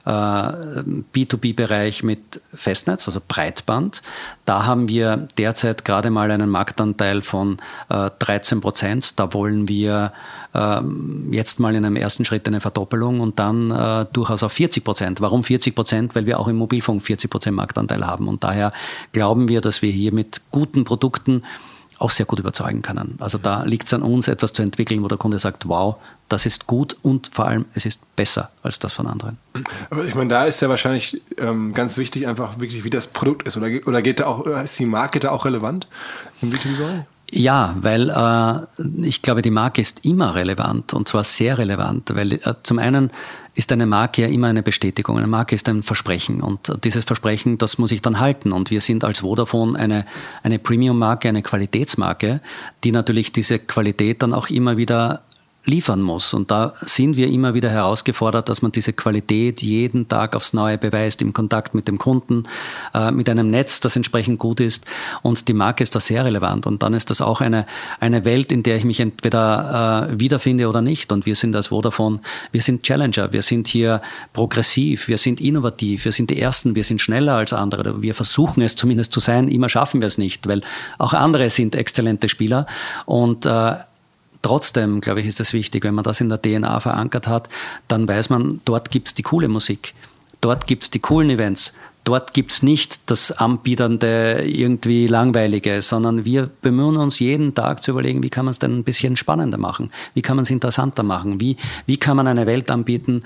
B2B-Bereich mit Festnetz, also Breitband. Da haben wir derzeit gerade mal einen Marktanteil von 13%. Da wollen wir jetzt mal in einem ersten Schritt eine Verdoppelung und dann durchaus auf 40%. Warum 40%? Weil wir auch im Mobilfunk 40% Marktanteil haben. Und daher glauben wir, dass wir hier mit guten Produkten auch sehr gut überzeugen können. Also da liegt es an uns, etwas zu entwickeln, wo der Kunde sagt, wow, das ist gut und vor allem, es ist besser als das von anderen. Aber ich meine, da ist ja wahrscheinlich ganz wichtig einfach wirklich, wie das Produkt ist. Oder geht da auch, ist die Marke da auch relevant im B2B-Bereich? Ja, weil ich glaube, die Marke ist immer relevant und zwar sehr relevant, weil zum einen ist eine Marke ja immer eine Bestätigung. Eine Marke ist ein Versprechen und dieses Versprechen, das muss ich dann halten. Und wir sind als Vodafone eine Premium-Marke, eine Qualitätsmarke, die natürlich diese Qualität dann auch immer wieder liefern muss. Und da sind wir immer wieder herausgefordert, dass man diese Qualität jeden Tag aufs Neue beweist, im Kontakt mit dem Kunden, mit einem Netz, das entsprechend gut ist. Und die Marke ist da sehr relevant. Und dann ist das auch eine Welt, in der ich mich entweder wiederfinde oder nicht. Und wir sind als Vodafone, wir sind Challenger, wir sind hier progressiv, wir sind innovativ, wir sind die Ersten, wir sind schneller als andere. Wir versuchen es zumindest zu sein, immer schaffen wir es nicht, weil auch andere sind exzellente Spieler. Und trotzdem, glaube ich, ist es wichtig, wenn man das in der DNA verankert hat, dann weiß man, dort gibt es die coole Musik, dort gibt es die coolen Events, dort gibt es nicht das Anbieternde, irgendwie Langweilige, sondern wir bemühen uns jeden Tag zu überlegen, wie kann man es denn ein bisschen spannender machen, wie kann man es interessanter machen, wie kann man eine Welt anbieten,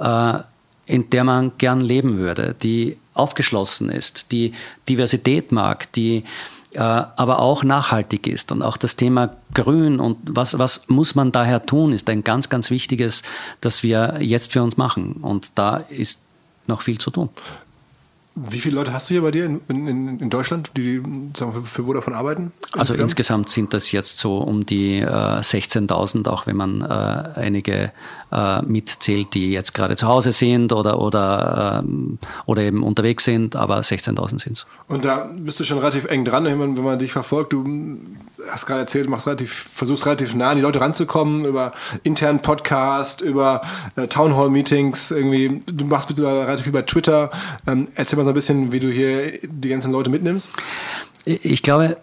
in der man gern leben würde, die aufgeschlossen ist, die Diversität mag, die aber auch nachhaltig ist. Und auch das Thema Grün und was muss man daher tun, ist ein ganz, ganz wichtiges, das wir jetzt für uns machen. Und da ist noch viel zu tun. Wie viele Leute hast du hier bei dir in Deutschland, die sagen, für Vodafone arbeiten? Also insgesamt sind das jetzt so um die 16.000, auch wenn man einige mitzählt, die jetzt gerade zu Hause sind oder eben unterwegs sind, aber 16.000 sind es. Und da bist du schon relativ eng dran, wenn man dich verfolgt. Du hast gerade erzählt, versuchst relativ nah an die Leute ranzukommen, über internen Podcast, über Townhall-Meetings, irgendwie. Du machst mittlerweile relativ viel bei Twitter. Erzähl mal so ein bisschen, wie du hier die ganzen Leute mitnimmst. Ich glaube,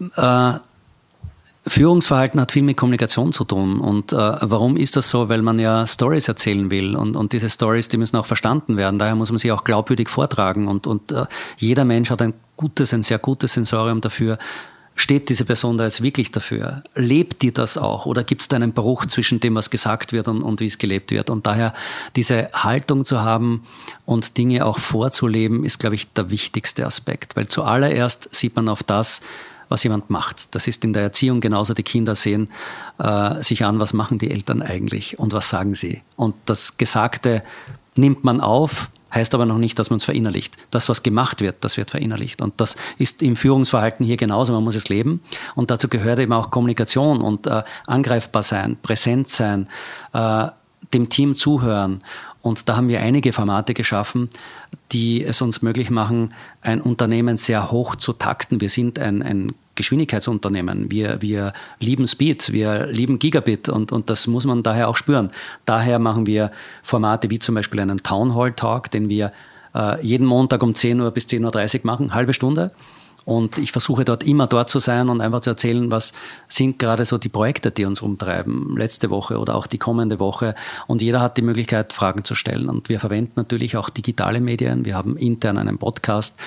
Führungsverhalten hat viel mit Kommunikation zu tun. Und warum ist das so? Weil man ja Stories erzählen will. Und diese Stories, die müssen auch verstanden werden. Daher muss man sie auch glaubwürdig vortragen. Und jeder Mensch hat ein sehr gutes Sensorium dafür. Steht diese Person da jetzt wirklich dafür? Lebt die das auch? Oder gibt es da einen Bruch zwischen dem, was gesagt wird und wie es gelebt wird? Und daher diese Haltung zu haben und Dinge auch vorzuleben, ist, glaube ich, der wichtigste Aspekt. Weil zuallererst sieht man auf das, was jemand macht. Das ist in der Erziehung genauso. Die Kinder sehen sich an, was machen die Eltern eigentlich und was sagen sie. Und das Gesagte nimmt man auf, heißt aber noch nicht, dass man es verinnerlicht. Das, was gemacht wird, das wird verinnerlicht. Und das ist im Führungsverhalten hier genauso. Man muss es leben. Und dazu gehört eben auch Kommunikation und angreifbar sein, präsent sein, dem Team zuhören. Und da haben wir einige Formate geschaffen, die es uns möglich machen, ein Unternehmen sehr hoch zu takten. Wir sind ein Geschwindigkeitsunternehmen. Wir lieben Speed, wir lieben Gigabit und das muss man daher auch spüren. Daher machen wir Formate wie zum Beispiel einen Townhall-Talk, den wir jeden Montag um 10 Uhr bis 10.30 Uhr machen, halbe Stunde. Und ich versuche immer dort zu sein und einfach zu erzählen, was sind gerade so die Projekte, die uns umtreiben, letzte Woche oder auch die kommende Woche. Und jeder hat die Möglichkeit, Fragen zu stellen. Und wir verwenden natürlich auch digitale Medien. Wir haben intern einen Podcast,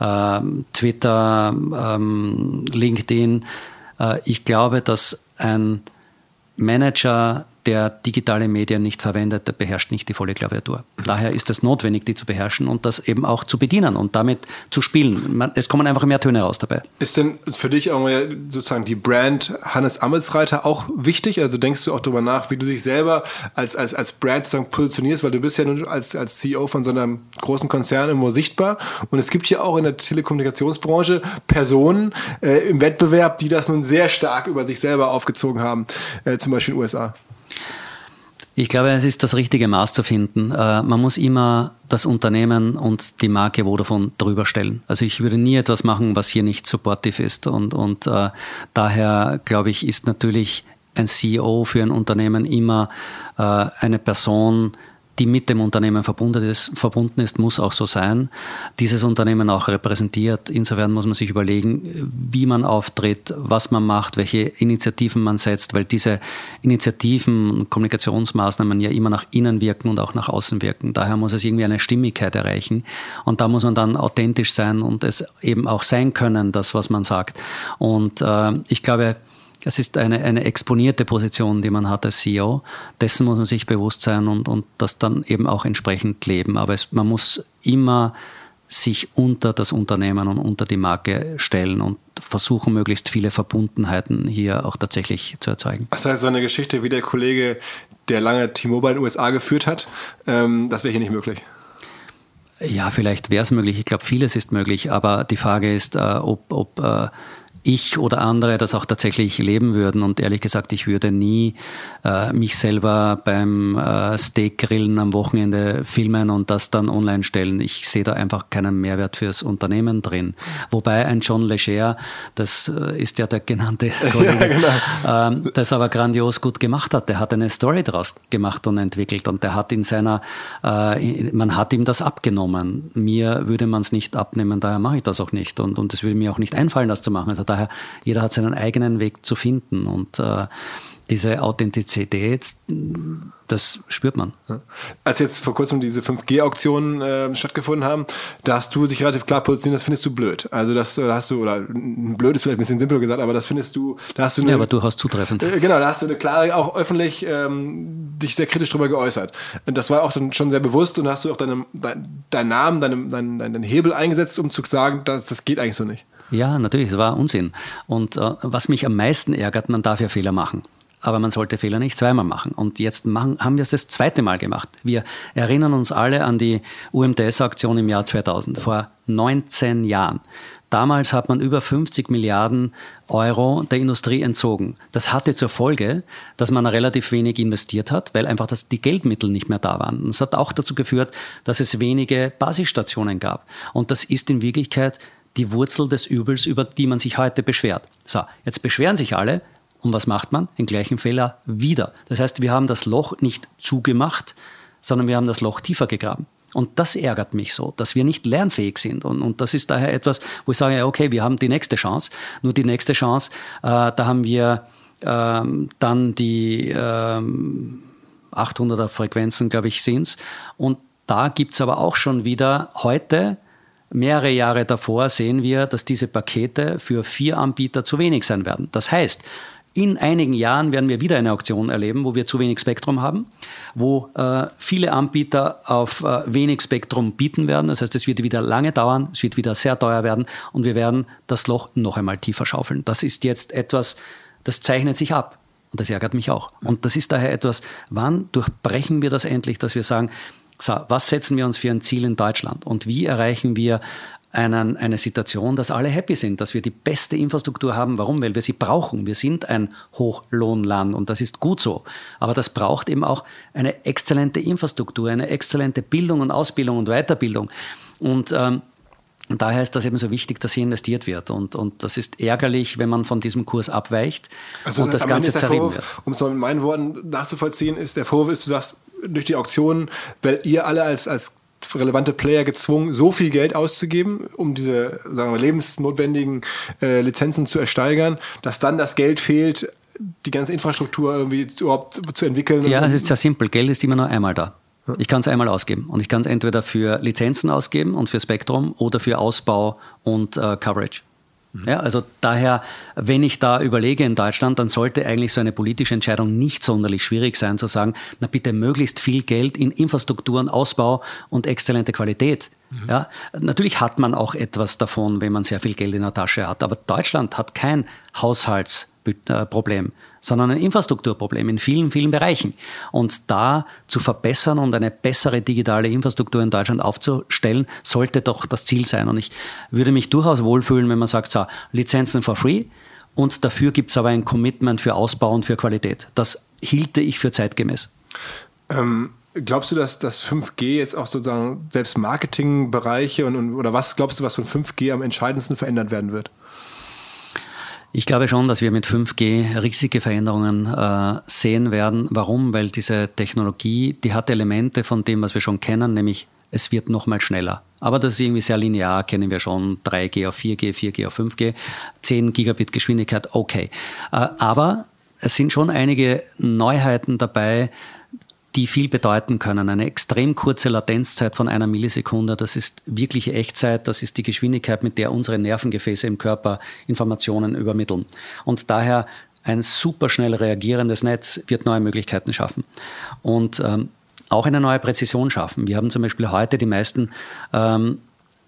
Twitter, LinkedIn. Ich glaube, dass ein Manager, der digitale Medien nicht verwendet, der beherrscht nicht die volle Klaviatur. Daher ist es notwendig, die zu beherrschen und das eben auch zu bedienen und damit zu spielen. Es kommen einfach mehr Töne raus dabei. Ist denn für dich sozusagen die Brand Hannes Amelsreiter auch wichtig? Also denkst du auch darüber nach, wie du dich selber als Brand sozusagen positionierst, weil du bist ja nun als CEO von so einem großen Konzern irgendwo sichtbar und es gibt ja auch in der Telekommunikationsbranche Personen im Wettbewerb, die das nun sehr stark über sich selber aufgezogen haben, zum Beispiel in den USA. Ich glaube, es ist das richtige Maß zu finden. Man muss immer das Unternehmen und die Marke Vodafone drüber stellen. Also ich würde nie etwas machen, was hier nicht supportive ist. Und daher, glaube ich, ist natürlich ein CEO für ein Unternehmen immer eine Person, die mit dem Unternehmen verbunden ist, muss auch so sein. Dieses Unternehmen auch repräsentiert. Insofern muss man sich überlegen, wie man auftritt, was man macht, welche Initiativen man setzt, weil diese Initiativen und Kommunikationsmaßnahmen ja immer nach innen wirken und auch nach außen wirken. Daher muss es irgendwie eine Stimmigkeit erreichen. Und da muss man dann authentisch sein und es eben auch sein können, das, was man sagt. Und ich glaube, es ist eine exponierte Position, die man hat als CEO. Dessen muss man sich bewusst sein und das dann eben auch entsprechend leben. Aber man muss immer sich unter das Unternehmen und unter die Marke stellen und versuchen, möglichst viele Verbundenheiten hier auch tatsächlich zu erzeugen. Das heißt, so eine Geschichte wie der Kollege, der lange T-Mobile in den USA geführt hat, das wäre hier nicht möglich. Ja, vielleicht wäre es möglich. Ich glaube, vieles ist möglich. Aber die Frage ist, ob ich oder andere das auch tatsächlich leben würden. Und ehrlich gesagt, ich würde nie mich selber beim Steakgrillen am Wochenende filmen und das dann online stellen. Ich sehe da einfach keinen Mehrwert fürs Unternehmen drin. Wobei ein John Legere, das ist ja der genannte Kollege, ja, genau. Das aber grandios gut gemacht hat. Der hat eine Story draus gemacht und entwickelt und der hat man hat ihm das abgenommen. Mir würde man es nicht abnehmen, daher mache ich das auch nicht. Und es würde mir auch nicht einfallen, das zu machen. Also daher, jeder hat seinen eigenen Weg zu finden und diese Authentizität, das spürt man. Als jetzt vor kurzem diese 5G-Auktionen stattgefunden haben, da hast du dich relativ klar positioniert, das findest du blöd. Also das hast du, oder blöd ist vielleicht ein bisschen simpel gesagt, aber das findest du, da hast du ja, aber durchaus zutreffend. Genau, da hast du eine klare, auch öffentlich dich sehr kritisch drüber geäußert. Und das war auch dann schon sehr bewusst und da hast du auch deinen Namen, deinen Hebel eingesetzt, um zu sagen, das geht eigentlich so nicht. Ja, natürlich, es war Unsinn. Und was mich am meisten ärgert, man darf ja Fehler machen. Aber man sollte Fehler nicht zweimal machen. Und jetzt haben wir es das zweite Mal gemacht. Wir erinnern uns alle an die UMTS-Aktion im Jahr 2000, vor 19 Jahren. Damals hat man über 50 Milliarden Euro der Industrie entzogen. Das hatte zur Folge, dass man relativ wenig investiert hat, weil einfach die Geldmittel nicht mehr da waren. Und es hat auch dazu geführt, dass es wenige Basisstationen gab. Und das ist in Wirklichkeit die Wurzel des Übels, über die man sich heute beschwert. So, jetzt beschweren sich alle. Und was macht man? Den gleichen Fehler wieder. Das heißt, wir haben das Loch nicht zugemacht, sondern wir haben das Loch tiefer gegraben. Und das ärgert mich so, dass wir nicht lernfähig sind. Und das ist daher etwas, wo ich sage, okay, wir haben die nächste Chance. Nur die nächste Chance, da haben wir dann die 800er Frequenzen, glaube ich, sind es. Und da gibt es aber auch schon wieder heute, mehrere Jahre davor, sehen wir, dass diese Pakete für 4 Anbieter zu wenig sein werden. Das heißt, in einigen Jahren werden wir wieder eine Auktion erleben, wo wir zu wenig Spektrum haben, wo viele Anbieter auf wenig Spektrum bieten werden. Das heißt, es wird wieder lange dauern, es wird wieder sehr teuer werden und wir werden das Loch noch einmal tiefer schaufeln. Das ist jetzt etwas, das zeichnet sich ab und das ärgert mich auch. Und das ist daher etwas, wann durchbrechen wir das endlich, dass wir sagen, so, was setzen wir uns für ein Ziel in Deutschland und wie erreichen wir eine Situation, dass alle happy sind, dass wir die beste Infrastruktur haben. Warum? Weil wir sie brauchen. Wir sind ein Hochlohnland und das ist gut so. Aber das braucht eben auch eine exzellente Infrastruktur, eine exzellente Bildung und Ausbildung und Weiterbildung. Und daher ist das eben so wichtig, dass hier investiert wird. Und das ist ärgerlich, wenn man von diesem Kurs abweicht und das Ganze zerrieben wird. Um es mal mit meinen Worten nachzuvollziehen, ist der Vorwurf, du sagst, durch die Auktionen werdet ihr alle als relevante Player gezwungen, so viel Geld auszugeben, um diese, sagen wir, lebensnotwendigen Lizenzen zu ersteigern, dass dann das Geld fehlt, die ganze Infrastruktur irgendwie überhaupt zu entwickeln. Ja, es ist sehr simpel. Geld ist immer nur einmal da. Ich kann es einmal ausgeben und ich kann es entweder für Lizenzen ausgeben und für Spektrum oder für Ausbau und Coverage. Ja, also daher, wenn ich da überlege in Deutschland, dann sollte eigentlich so eine politische Entscheidung nicht sonderlich schwierig sein, zu sagen, na bitte möglichst viel Geld in Infrastrukturen, Ausbau und exzellente Qualität. Ja, natürlich hat man auch etwas davon, wenn man sehr viel Geld in der Tasche hat, aber Deutschland hat kein Haushaltsproblem, sondern ein Infrastrukturproblem in vielen, vielen Bereichen. Und da zu verbessern und eine bessere digitale Infrastruktur in Deutschland aufzustellen, sollte doch das Ziel sein. Und ich würde mich durchaus wohlfühlen, wenn man sagt, so, Lizenzen for free und dafür gibt es aber ein Commitment für Ausbau und für Qualität. Das hielte ich für zeitgemäß. Glaubst du, dass das 5G jetzt auch sozusagen selbst Marketingbereiche oder was glaubst du, was von 5G am entscheidendsten verändert werden wird? Ich glaube schon, dass wir mit 5G riesige Veränderungen sehen werden. Warum? Weil diese Technologie, die hat Elemente von dem, was wir schon kennen, nämlich es wird noch mal schneller. Aber das ist irgendwie sehr linear, kennen wir schon, 3G auf 4G, 4G auf 5G, 10 Gigabit Geschwindigkeit, okay. Aber es sind schon einige Neuheiten dabei, die viel bedeuten können. Eine extrem kurze Latenzeit von 1 Millisekunde, das ist wirkliche Echtzeit, das ist die Geschwindigkeit, mit der unsere Nervengefäße im Körper Informationen übermitteln. Und daher ein super schnell reagierendes Netz wird neue Möglichkeiten schaffen. Und auch eine neue Präzision schaffen. Wir haben zum Beispiel heute die meisten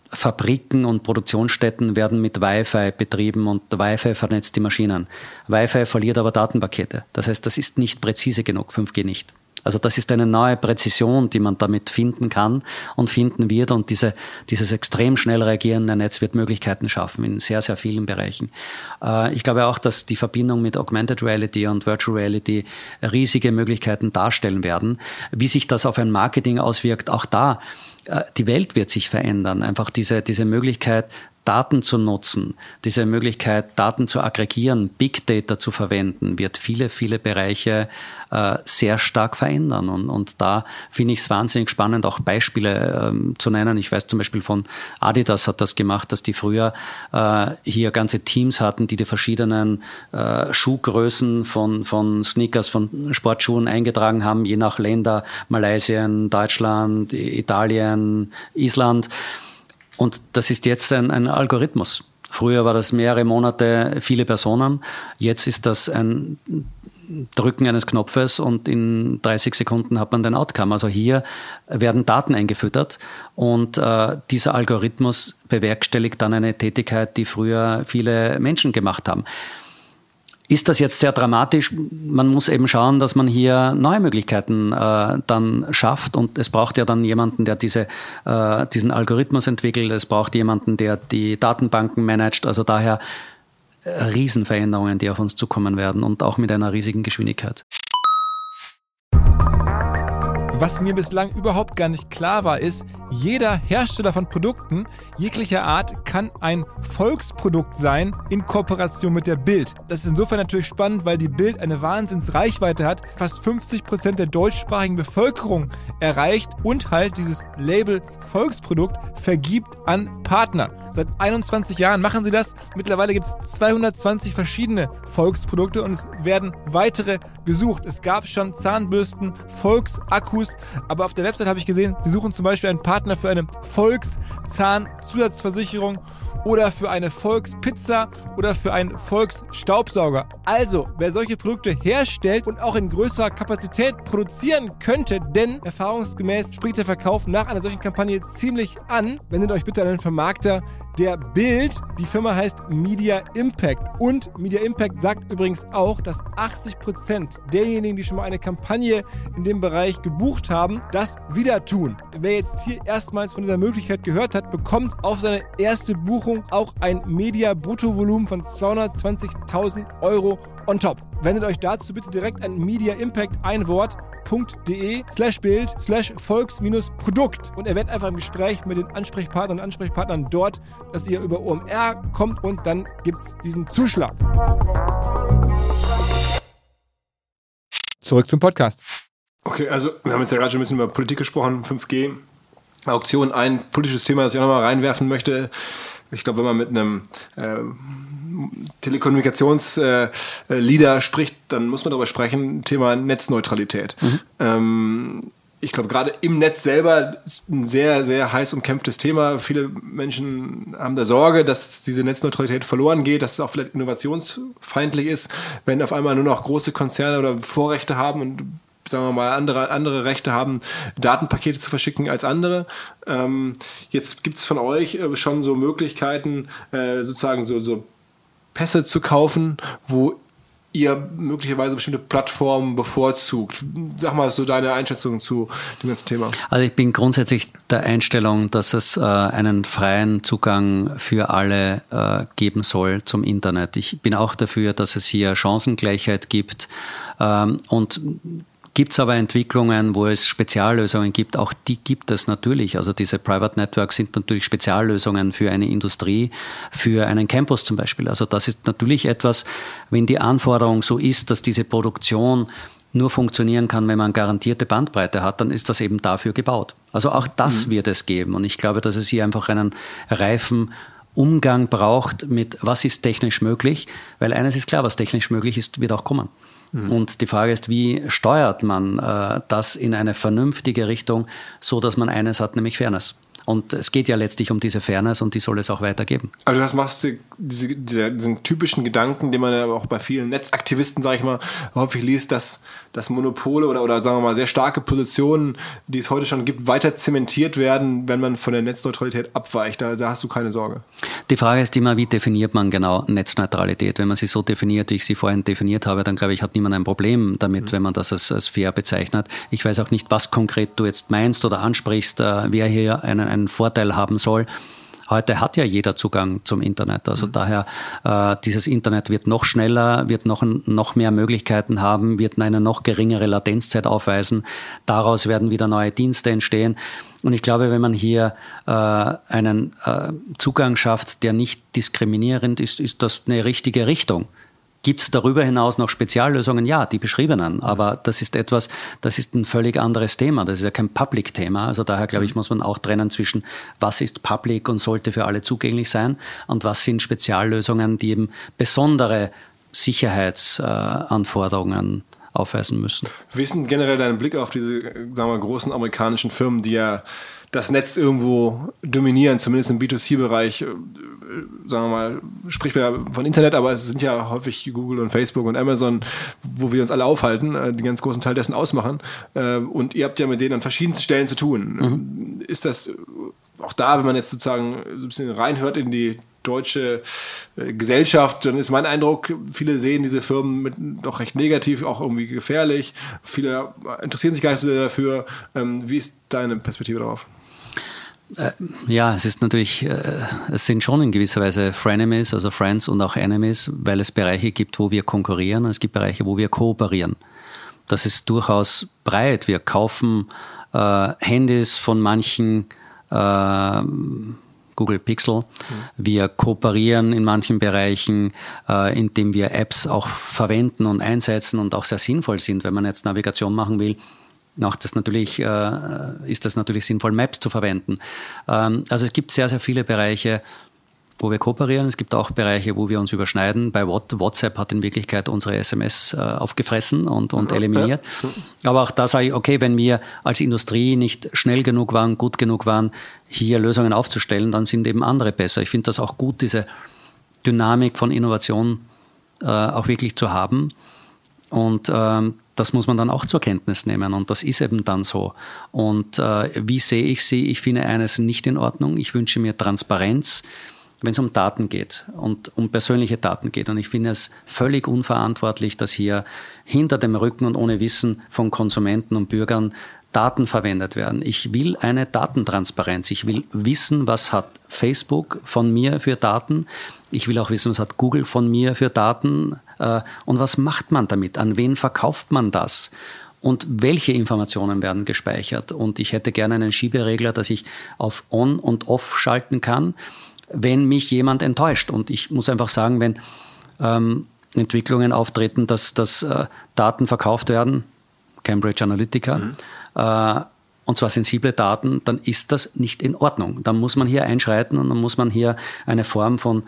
Fabriken und Produktionsstätten werden mit Wi-Fi betrieben und Wi-Fi vernetzt die Maschinen. Wi-Fi verliert aber Datenpakete. Das heißt, das ist nicht präzise genug, 5G nicht. Also das ist eine neue Präzision, die man damit finden kann und finden wird. Und dieses extrem schnell reagierende Netz wird Möglichkeiten schaffen in sehr, sehr vielen Bereichen. Ich glaube auch, dass die Verbindung mit Augmented Reality und Virtual Reality riesige Möglichkeiten darstellen werden. Wie sich das auf ein Marketing auswirkt, auch da. Die Welt wird sich verändern. Einfach diese Möglichkeit, Daten zu nutzen, diese Möglichkeit, Daten zu aggregieren, Big Data zu verwenden, wird viele, viele Bereiche sehr stark verändern. Und da finde ich es wahnsinnig spannend, auch Beispiele zu nennen. Ich weiß zum Beispiel von Adidas hat das gemacht, dass die früher hier ganze Teams hatten, die verschiedenen Schuhgrößen von Sneakers, von Sportschuhen eingetragen haben, je nach Länder, Malaysia, Deutschland, Italien, Island. Und das ist jetzt ein Algorithmus. Früher war das mehrere Monate, viele Personen. Jetzt ist das ein Drücken eines Knopfes und in 30 Sekunden hat man den Outcome. Also hier werden Daten eingefüttert und dieser Algorithmus bewerkstelligt dann eine Tätigkeit, die früher viele Menschen gemacht haben. Ist das jetzt sehr dramatisch? Man muss eben schauen, dass man hier neue Möglichkeiten dann schafft und es braucht ja dann jemanden, der diesen Algorithmus entwickelt, es braucht jemanden, der die Datenbanken managt, also daher Riesenveränderungen, die auf uns zukommen werden und auch mit einer riesigen Geschwindigkeit. Was mir bislang überhaupt gar nicht klar war, ist, jeder Hersteller von Produkten jeglicher Art kann ein Volksprodukt sein in Kooperation mit der Bild. Das ist insofern natürlich spannend, weil die Bild eine Wahnsinnsreichweite hat, fast 50% der deutschsprachigen Bevölkerung erreicht und halt dieses Label Volksprodukt vergibt an Partner. Seit 21 Jahren machen sie das. Mittlerweile gibt es 220 verschiedene Volksprodukte und es werden weitere gesucht. Es gab schon Zahnbürsten, Volksakkus, aber auf der Website habe ich gesehen, sie suchen zum Beispiel einen Partner für eine Volkszahnzusatzversicherung oder für eine Volkspizza oder für einen Volksstaubsauger. Also, wer solche Produkte herstellt und auch in größerer Kapazität produzieren könnte, denn erfahrungsgemäß spricht der Verkauf nach einer solchen Kampagne ziemlich an, wendet euch bitte an den Vermarkter der Bild. Die Firma heißt Media Impact und Media Impact sagt übrigens auch, dass 80% derjenigen, die schon mal eine Kampagne in dem Bereich gebucht haben, das wieder tun. Wer jetzt hier erstmals von dieser Möglichkeit gehört hat, bekommt auf seine erste Buchung auch ein Media-Bruttovolumen von 220.000 € on top. Wendet euch dazu bitte direkt an Media Impact einwort.de/bild/volks-produkt und erwähnt einfach im Gespräch mit den Ansprechpartnern und Ansprechpartnern dort, dass ihr über OMR kommt und dann gibt's diesen Zuschlag. Zurück zum Podcast. Okay, also wir haben jetzt ja gerade schon ein bisschen über Politik gesprochen, 5G, Auktion, ein politisches Thema, das ich auch nochmal reinwerfen möchte. Ich glaube, wenn man mit einem Telekommunikationsleader spricht, dann muss man darüber sprechen, Thema Netzneutralität. Ich glaube, gerade im Netz selber ist ein sehr, sehr heiß umkämpftes Thema. Viele Menschen haben da Sorge, dass diese Netzneutralität verloren geht, dass es auch vielleicht innovationsfeindlich ist, wenn auf einmal nur noch große Konzerne oder Vorrechte haben und sagen wir mal, andere Rechte haben, Datenpakete zu verschicken als andere. Jetzt gibt es von euch schon so Möglichkeiten, sozusagen so Pässe zu kaufen, wo ihr möglicherweise bestimmte Plattformen bevorzugt. Sag mal so deine Einschätzung zu dem ganzen Thema. Also ich bin grundsätzlich der Einstellung, dass es einen freien Zugang für alle geben soll zum Internet. Ich bin auch dafür, dass es hier Chancengleichheit gibt und gibt es aber Entwicklungen, wo es Speziallösungen gibt, auch die gibt es natürlich. Also diese Private Networks sind natürlich Speziallösungen für eine Industrie, für einen Campus zum Beispiel. Also das ist natürlich etwas, wenn die Anforderung so ist, dass diese Produktion nur funktionieren kann, wenn man garantierte Bandbreite hat, dann ist das eben dafür gebaut. Also auch das wird es geben. Und ich glaube, dass es hier einfach einen reifen Umgang braucht mit, was ist technisch möglich, weil eines ist klar, was technisch möglich ist, wird auch kommen. Und die Frage ist, wie steuert man das in eine vernünftige Richtung, so dass man eines hat, nämlich Fairness. Und es geht ja letztlich um diese Fairness und die soll es auch weitergeben. Also du machst diesen typischen Gedanken, den man ja auch bei vielen Netzaktivisten, sage ich mal, häufig liest, dass Monopole oder sagen wir mal sehr starke Positionen, die es heute schon gibt, weiter zementiert werden, wenn man von der Netzneutralität abweicht. Da hast du keine Sorge. Die Frage ist immer, wie definiert man genau Netzneutralität? Wenn man sie so definiert, wie ich sie vorhin definiert habe, dann glaube ich, hat niemand ein Problem damit, wenn man das als fair bezeichnet. Ich weiß auch nicht, was konkret du jetzt meinst oder ansprichst, wer hier einen Vorteil haben soll. Heute hat ja jeder Zugang zum Internet. Also daher, dieses Internet wird noch schneller, wird noch mehr Möglichkeiten haben, wird eine noch geringere Latenzzeit aufweisen. Daraus werden wieder neue Dienste entstehen. Und ich glaube, wenn man hier einen Zugang schafft, der nicht diskriminierend ist, ist das eine richtige Richtung. Gibt es darüber hinaus noch Speziallösungen? Ja, die beschriebenen. Aber das ist ein völlig anderes Thema. Das ist ja kein Public-Thema. Also daher, glaube ich, muss man auch trennen zwischen, was ist Public und sollte für alle zugänglich sein und was sind Speziallösungen, die eben besondere Sicherheitsanforderungen aufweisen müssen. Wie ist denn generell dein Blick auf diese, sagen wir mal, großen amerikanischen Firmen, die ja das Netz irgendwo dominieren, zumindest im B2C-Bereich, sagen wir mal, spricht man ja von Internet, aber es sind ja häufig Google und Facebook und Amazon, wo wir uns alle aufhalten, die ganz großen Teil dessen ausmachen. Und ihr habt ja mit denen an verschiedensten Stellen zu tun. Ist das auch da, wenn man jetzt sozusagen so ein bisschen reinhört in die deutsche Gesellschaft, dann ist mein Eindruck, viele sehen diese Firmen doch recht negativ, auch irgendwie gefährlich. Viele interessieren sich gar nicht so sehr dafür. Wie ist deine Perspektive darauf? Ja, es ist natürlich, es sind schon in gewisser Weise Frenemies, also Friends und auch Enemies, weil es Bereiche gibt, wo wir konkurrieren und es gibt Bereiche, wo wir kooperieren. Das ist durchaus breit. Wir kaufen Handys von manchen Google Pixel. Wir kooperieren in manchen Bereichen, indem wir Apps auch verwenden und einsetzen und auch sehr sinnvoll sind. Wenn man jetzt Navigation machen will, ist das natürlich sinnvoll, Maps zu verwenden. Also es gibt sehr, sehr viele Bereiche, wo wir kooperieren. Es gibt auch Bereiche, wo wir uns überschneiden. Bei WhatsApp hat in Wirklichkeit unsere SMS aufgefressen und eliminiert. Ja. Aber auch da sage ich, okay, wenn wir als Industrie nicht schnell genug waren, gut genug waren, hier Lösungen aufzustellen, dann sind eben andere besser. Ich finde das auch gut, diese Dynamik von Innovation auch wirklich zu haben. Und das muss man dann auch zur Kenntnis nehmen und das ist eben dann so. Und wie sehe ich sie? Ich finde eines nicht in Ordnung. Ich wünsche mir Transparenz, wenn es um Daten geht und um persönliche Daten geht. Und ich finde es völlig unverantwortlich, dass hier hinter dem Rücken und ohne Wissen von Konsumenten und Bürgern Daten verwendet werden. Ich will eine Datentransparenz. Ich will wissen, was hat Facebook von mir für Daten. Ich will auch wissen, was hat Google von mir für Daten. Und was macht man damit? An wen verkauft man das? Und welche Informationen werden gespeichert? Und ich hätte gerne einen Schieberegler, dass ich auf On und Off schalten kann, wenn mich jemand enttäuscht. Und ich muss einfach sagen, wenn Entwicklungen auftreten, dass Daten verkauft werden, Cambridge Analytica, und zwar sensible Daten, dann ist das nicht in Ordnung. Dann muss man hier einschreiten und dann muss man hier eine Formen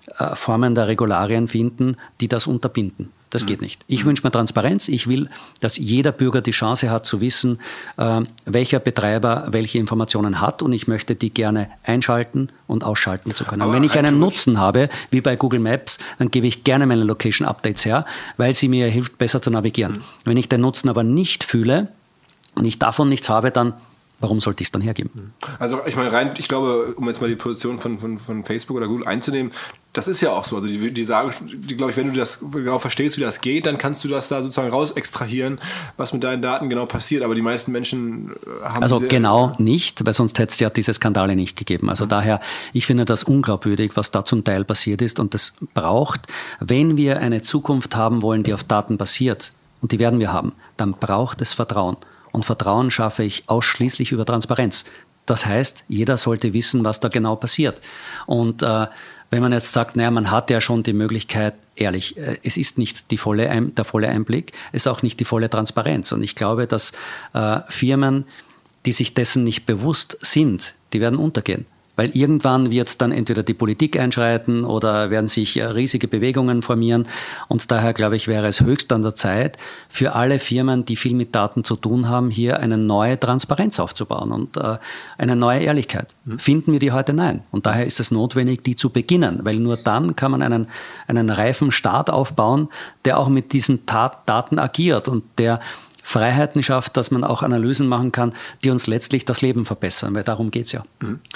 der Regularien finden, die das unterbinden. Das geht nicht. Ich wünsche mir Transparenz. Ich will, dass jeder Bürger die Chance hat zu wissen, welcher Betreiber welche Informationen hat und ich möchte die gerne einschalten und ausschalten zu können. Aber wenn ich einen Nutzen habe, wie bei Google Maps, dann gebe ich gerne meine Location Updates her, weil sie mir hilft, besser zu navigieren. Wenn ich den Nutzen aber nicht fühle und ich davon nichts habe, dann warum sollte ich es dann hergeben? Also ich meine, ich glaube, um jetzt mal die Position von Facebook oder Google einzunehmen, das ist ja auch so. Also die sagen, glaube ich, wenn du das genau verstehst, wie das geht, dann kannst du das da sozusagen raus extrahieren, was mit deinen Daten genau passiert. Aber die meisten Menschen haben also genau nicht, weil sonst hätte es ja diese Skandale nicht gegeben. Also daher, ich finde das unglaubwürdig, was da zum Teil passiert ist. Und das braucht, wenn wir eine Zukunft haben wollen, die auf Daten basiert, und die werden wir haben, dann braucht es Vertrauen. Und Vertrauen schaffe ich ausschließlich über Transparenz. Das heißt, jeder sollte wissen, was da genau passiert. Und wenn man jetzt sagt, naja, man hat ja schon die Möglichkeit, ehrlich, es ist nicht der volle Einblick, es ist auch nicht die volle Transparenz. Und ich glaube, dass Firmen, die sich dessen nicht bewusst sind, die werden untergehen. Weil irgendwann wird dann entweder die Politik einschreiten oder werden sich riesige Bewegungen formieren. Und daher, glaube ich, wäre es höchst an der Zeit für alle Firmen, die viel mit Daten zu tun haben, hier eine neue Transparenz aufzubauen und eine neue Ehrlichkeit. Finden wir die heute? Nein. Und daher ist es notwendig, die zu beginnen, weil nur dann kann man einen reifen Staat aufbauen, der auch mit diesen Daten agiert und der Freiheiten schafft, dass man auch Analysen machen kann, die uns letztlich das Leben verbessern, weil darum geht es ja.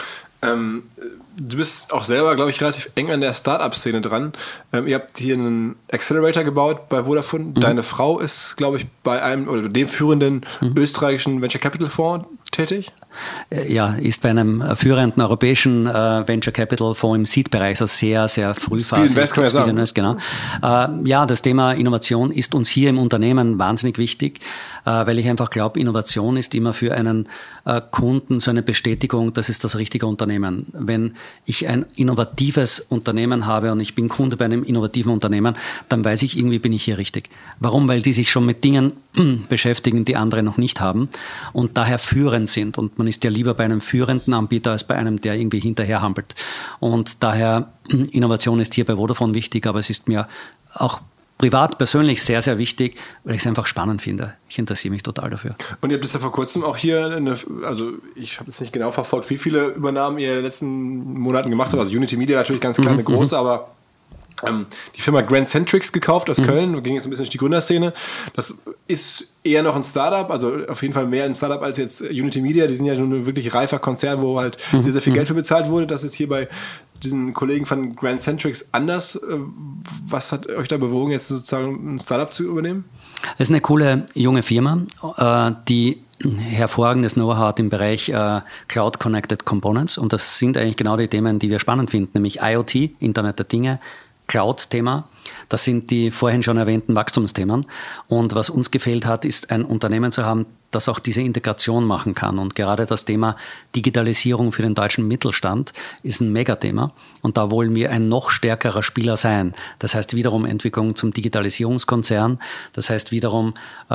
Du bist auch selber, glaube ich, relativ eng an der Startup-Szene dran. Ihr habt hier einen Accelerator gebaut bei Vodafone. Deine Frau ist, glaube ich, bei einem oder dem führenden österreichischen Venture Capital Fonds tätig. Ja, ist bei einem führenden europäischen Venture Capital Fonds im Seed-Bereich, also sehr, sehr frühphasig. Invest, kann man sagen. Invest, genau. Ja, das Thema Innovation ist uns hier im Unternehmen wahnsinnig wichtig, weil ich einfach glaube, Innovation ist immer für einen Kunden so eine Bestätigung, das ist das richtige Unternehmen. Wenn ich ein innovatives Unternehmen habe und ich bin Kunde bei einem innovativen Unternehmen, dann weiß ich, irgendwie bin ich hier richtig. Warum? Weil die sich schon mit Dingen beschäftigen, die andere noch nicht haben und daher führend sind. Und man ist ja lieber bei einem führenden Anbieter als bei einem, der irgendwie hinterherhampelt. Und daher, Innovation ist hier bei Vodafone wichtig, aber es ist mir auch privat, persönlich sehr, sehr wichtig, weil ich es einfach spannend finde. Ich interessiere mich total dafür. Und ihr habt jetzt ja vor kurzem auch hier, also ich habe es nicht genau verfolgt, wie viele Übernahmen ihr in den letzten Monaten gemacht habt. Also Unity Media natürlich ganz klar eine große, aber die Firma Grand Centrics gekauft aus Köln. Wir gehen jetzt ein bisschen durch die Gründerszene. Das ist eher noch ein Startup, also auf jeden Fall mehr ein Startup als jetzt Unity Media. Die sind ja schon ein wirklich reifer Konzern, wo halt sehr, sehr viel Geld für bezahlt wurde. Das ist hier bei diesen Kollegen von Grand Centrics anders. Was hat euch da bewogen, jetzt sozusagen ein Startup zu übernehmen? Das ist eine coole junge Firma, die hervorragendes Know-how hat im Bereich Cloud Connected Components. Und das sind eigentlich genau die Themen, die wir spannend finden, nämlich IoT, Internet der Dinge, Cloud-Thema. Das sind die vorhin schon erwähnten Wachstumsthemen. Und was uns gefehlt hat, ist ein Unternehmen zu haben, das auch diese Integration machen kann. Und gerade das Thema Digitalisierung für den deutschen Mittelstand ist ein Megathema. Und da wollen wir ein noch stärkerer Spieler sein. Das heißt wiederum Entwicklung zum Digitalisierungskonzern. Das heißt wiederum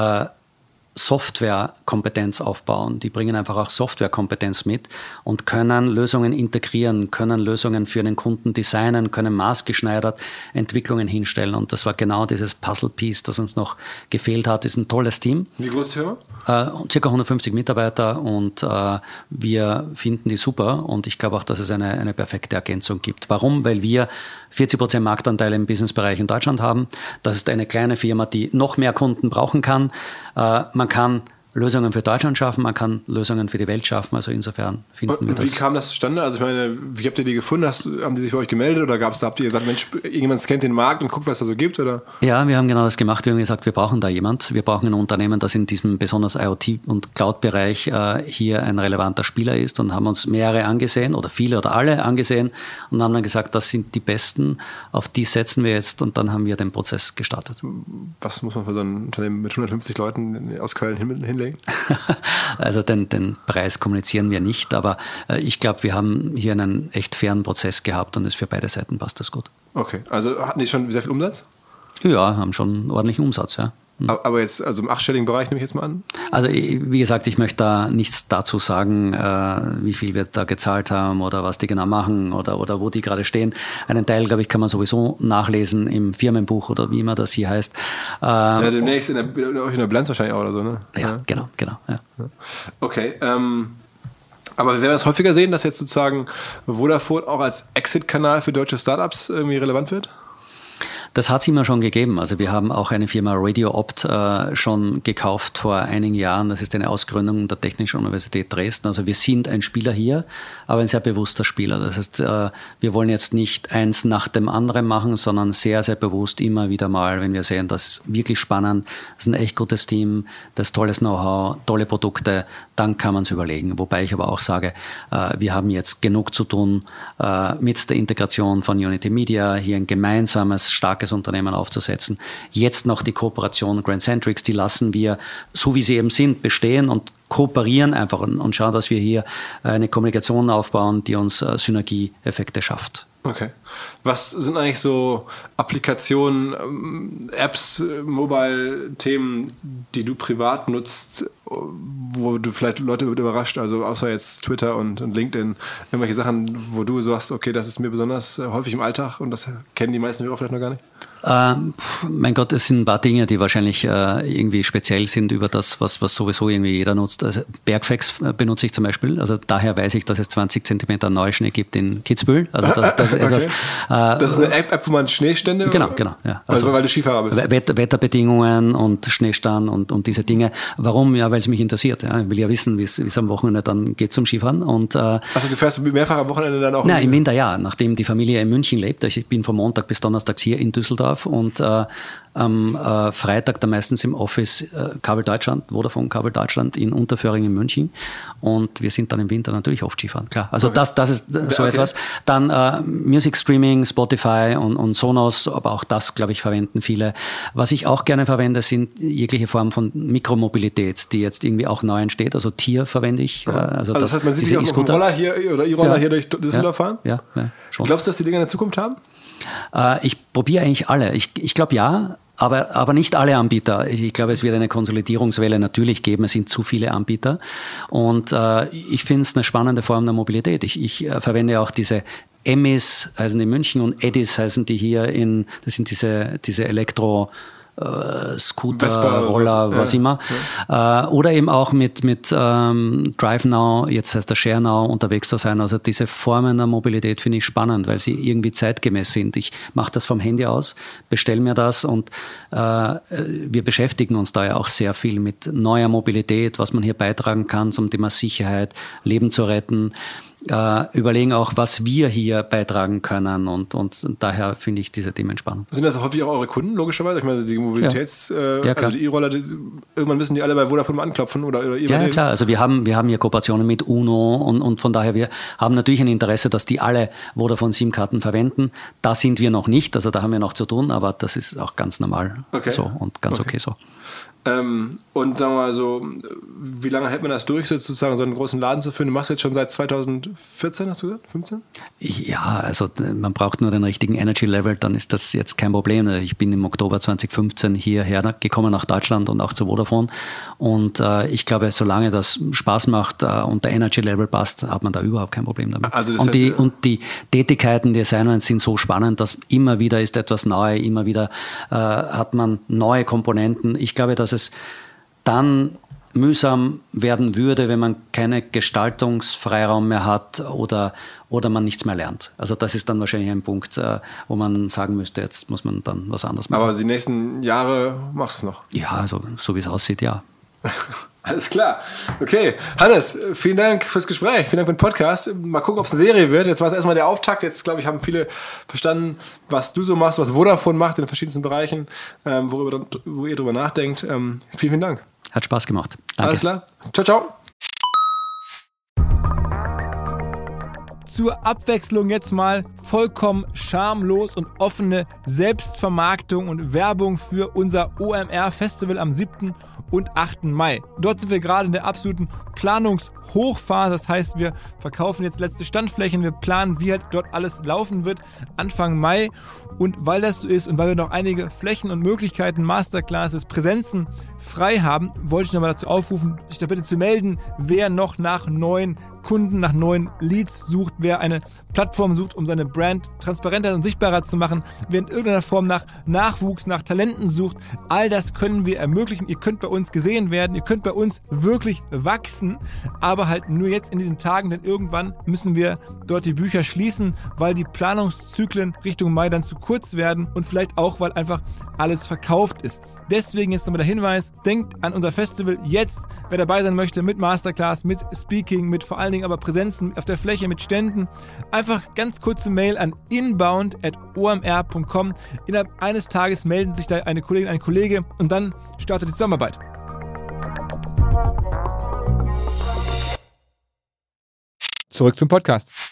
Softwarekompetenz aufbauen. Die bringen einfach auch Softwarekompetenz mit und können Lösungen integrieren, können Lösungen für den Kunden designen, können maßgeschneidert Entwicklungen hinstellen. Und das war genau dieses Puzzle-Piece, das uns noch gefehlt hat. Ist ein tolles Team. Wie groß ist die Firma? Circa 150 Mitarbeiter und wir finden die super und ich glaube auch, dass es eine perfekte Ergänzung gibt. Warum? Weil wir 40% Marktanteil im Businessbereich in Deutschland haben. Das ist eine kleine Firma, die noch mehr Kunden brauchen kann. Man kann Lösungen für Deutschland schaffen, man kann Lösungen für die Welt schaffen, also insofern finden wir das. Und wie kam das zustande? Also ich meine, wie habt ihr die gefunden? Haben die sich bei euch gemeldet oder habt ihr gesagt, Mensch, irgendjemand scannt den Markt und guckt, was da so gibt? Oder? Ja, wir haben genau das gemacht. Wir haben gesagt, wir brauchen da jemand. Wir brauchen ein Unternehmen, das in diesem besonders IoT- und Cloud-Bereich hier ein relevanter Spieler ist und haben uns mehrere angesehen oder viele oder alle angesehen und haben dann gesagt, das sind die Besten, auf die setzen wir jetzt und dann haben wir den Prozess gestartet. Was muss man für so ein Unternehmen mit 150 Leuten aus Köln hinlegen? Also den Preis kommunizieren wir nicht, aber ich glaube, wir haben hier einen echt fairen Prozess gehabt und es für beide Seiten passt das gut. Okay, also hatten die schon sehr viel Umsatz? Ja, haben schon ordentlichen Umsatz, ja. Aber jetzt, also im 8-stelligen Bereich nehme ich jetzt mal an? Also wie gesagt, ich möchte da nichts dazu sagen, wie viel wir da gezahlt haben oder was die genau machen oder wo die gerade stehen. Einen Teil, glaube ich, kann man sowieso nachlesen im Firmenbuch oder wie immer das hier heißt. Ja, demnächst in der Bilanz wahrscheinlich auch oder so, ne? Ja, genau. Ja. Okay, aber wir werden das häufiger sehen, dass jetzt sozusagen Vodafone auch als Exit-Kanal für deutsche Startups irgendwie relevant wird? Das hat es immer schon gegeben. Also wir haben auch eine Firma RadioOpt schon gekauft vor einigen Jahren. Das ist eine Ausgründung der Technischen Universität Dresden. Also wir sind ein Spieler hier, aber ein sehr bewusster Spieler. Das heißt, wir wollen jetzt nicht eins nach dem anderen machen, sondern sehr, sehr bewusst immer wieder mal, wenn wir sehen, das ist wirklich spannend, das ist ein echt gutes Team, das ist tolles Know-how, tolle Produkte, dann kann man es überlegen. Wobei ich aber auch sage, wir haben jetzt genug zu tun mit der Integration von Unity Media, hier ein gemeinsames, starkes Unternehmen aufzusetzen. Jetzt noch die Kooperation Grand Centrics, die lassen wir, so wie sie eben sind, bestehen und kooperieren einfach und schauen, dass wir hier eine Kommunikation aufbauen, die uns Synergieeffekte schafft. Okay. Was sind eigentlich so Applikationen, Apps, Mobile-Themen, die du privat nutzt wo du vielleicht Leute überrascht, also außer jetzt Twitter und LinkedIn, irgendwelche Sachen, wo du sagst, okay, das ist mir besonders häufig im Alltag und das kennen die meisten Hörer vielleicht noch gar nicht? Mein Gott, es sind ein paar Dinge, die wahrscheinlich irgendwie speziell sind über das, was sowieso irgendwie jeder nutzt. Also Bergfex benutze ich zum Beispiel. Also daher weiß ich, dass es 20 Zentimeter Neuschnee gibt in Kitzbühel. Also das ist okay. etwas. Das ist eine App, wo man Schneestände? Genau. Ja. Also weil du Skifahrer bist. Wetterbedingungen und Schneestand und diese Dinge. Warum? Ja, weil es mich interessiert. Ja. Ich will ja wissen, wie es am Wochenende dann geht zum Skifahren. Und, also du fährst mehrfach am Wochenende dann auch? Nein, im Winter ja. Nachdem die Familie in München lebt. Ich bin von Montag bis Donnerstag hier in Düsseldorf. Und am Freitag dann meistens im Office Kabel Deutschland, Vodafone Kabel Deutschland in Unterföhring in München. Und wir sind dann im Winter natürlich oft Skifahren, klar. Also okay. das ist so okay. Etwas. Dann Music Streaming, Spotify und Sonos, aber auch das, glaube ich, verwenden viele. Was ich auch gerne verwende, sind jegliche Form von Mikromobilität, die jetzt irgendwie auch neu entsteht. Also Tier verwende ich. Also das heißt, man sieht sich auch auf dem Roller hier oder E-Roller hier durch Düsseldorf fahren? Ja, schon. Glaubst du, dass die Dinger eine Zukunft haben? Ich probiere eigentlich alle. Ich glaube ja, aber nicht alle Anbieter. Ich glaube, es wird eine Konsolidierungswelle natürlich geben. Es sind zu viele Anbieter. Und ich finde es eine spannende Form der Mobilität. Ich verwende auch diese Emmis, heißen die in München, und Eddis heißen die hier das sind diese Elektro- Scooter, Vespa, Roller, was immer. Ja. Oder eben auch mit Drive Now, jetzt heißt der Share Now, unterwegs zu sein. Also diese Formen der Mobilität finde ich spannend, weil sie irgendwie zeitgemäß sind. Ich mache das vom Handy aus, bestelle mir das und wir beschäftigen uns da ja auch sehr viel mit neuer Mobilität, was man hier beitragen kann zum Thema Sicherheit, Leben zu retten. Überlegen auch, was wir hier beitragen können und daher finde ich diese Themen spannend. Sind das häufig auch eure Kunden, logischerweise? Ich meine, die also die E-Roller, irgendwann müssen die alle bei Vodafone anklopfen oder ihr bei denen? Ja, klar. Also wir haben hier Kooperationen mit UNO und von daher, wir haben natürlich ein Interesse, dass die alle Vodafone SIM-Karten verwenden. Da sind wir noch nicht, also da haben wir noch zu tun, aber das ist auch ganz normal so und ganz okay so. Und sagen wir mal so, wie lange hält man das durch, sozusagen so einen großen Laden zu führen? Du machst jetzt schon seit 2014, hast du gesagt? 15? Ja, also man braucht nur den richtigen Energy-Level, dann ist das jetzt kein Problem. Ich bin im Oktober 2015 hierher gekommen nach Deutschland und auch zu Vodafone. Und ich glaube, solange das Spaß macht und der Energy-Level passt, hat man da überhaupt kein Problem damit. Also das heißt, die Tätigkeiten, die Assignments sind so spannend, dass immer wieder ist etwas neu, immer wieder hat man neue Komponenten. Ich glaube, dass es dann mühsam werden würde, wenn man keinen Gestaltungsfreiraum mehr hat oder man nichts mehr lernt. Also das ist dann wahrscheinlich ein Punkt, wo man sagen müsste, jetzt muss man dann was anderes machen. Aber die nächsten Jahre machst du es noch? Ja, also so wie es aussieht, ja. Alles klar. Okay. Hannes, vielen Dank fürs Gespräch. Vielen Dank für den Podcast. Mal gucken, ob es eine Serie wird. Jetzt war es erstmal der Auftakt. Jetzt, glaube ich, haben viele verstanden, was du so machst, was Vodafone macht in den verschiedensten Bereichen, wo ihr drüber nachdenkt. Vielen Dank. Hat Spaß gemacht. Danke. Alles klar. Ciao, ciao. Zur Abwechslung jetzt mal vollkommen schamlos und offene Selbstvermarktung und Werbung für unser OMR-Festival am 7. und 8. Mai. Dort sind wir gerade in der absoluten Planungshochphase. Das heißt, wir verkaufen jetzt letzte Standflächen. Wir planen, wie halt dort alles laufen wird Anfang Mai. Und weil das so ist und weil wir noch einige Flächen und Möglichkeiten, Masterclasses, Präsenzen frei haben, wollte ich nochmal dazu aufrufen, sich da bitte zu melden, wer noch nach neuen Kunden, nach neuen Leads sucht, wer eine Plattform sucht, um seine Brand transparenter und sichtbarer zu machen, wer in irgendeiner Form nach Nachwuchs, nach Talenten sucht. All das können wir ermöglichen. Ihr könnt bei uns gesehen werden, ihr könnt bei uns wirklich wachsen, aber halt nur jetzt in diesen Tagen, denn irgendwann müssen wir dort die Bücher schließen, weil die Planungszyklen Richtung Mai dann zu kurz werden und vielleicht auch, weil einfach alles verkauft ist. Deswegen jetzt nochmal der Hinweis, denkt an unser Festival jetzt, wer dabei sein möchte, mit Masterclass, mit Speaking, mit vor allen Dingen aber Präsenzen auf der Fläche, mit Ständen. Einfach ganz kurze Mail an inbound@omr.com. Innerhalb eines Tages melden sich da eine Kollegin, ein Kollege und dann startet die Zusammenarbeit. Zurück zum Podcast.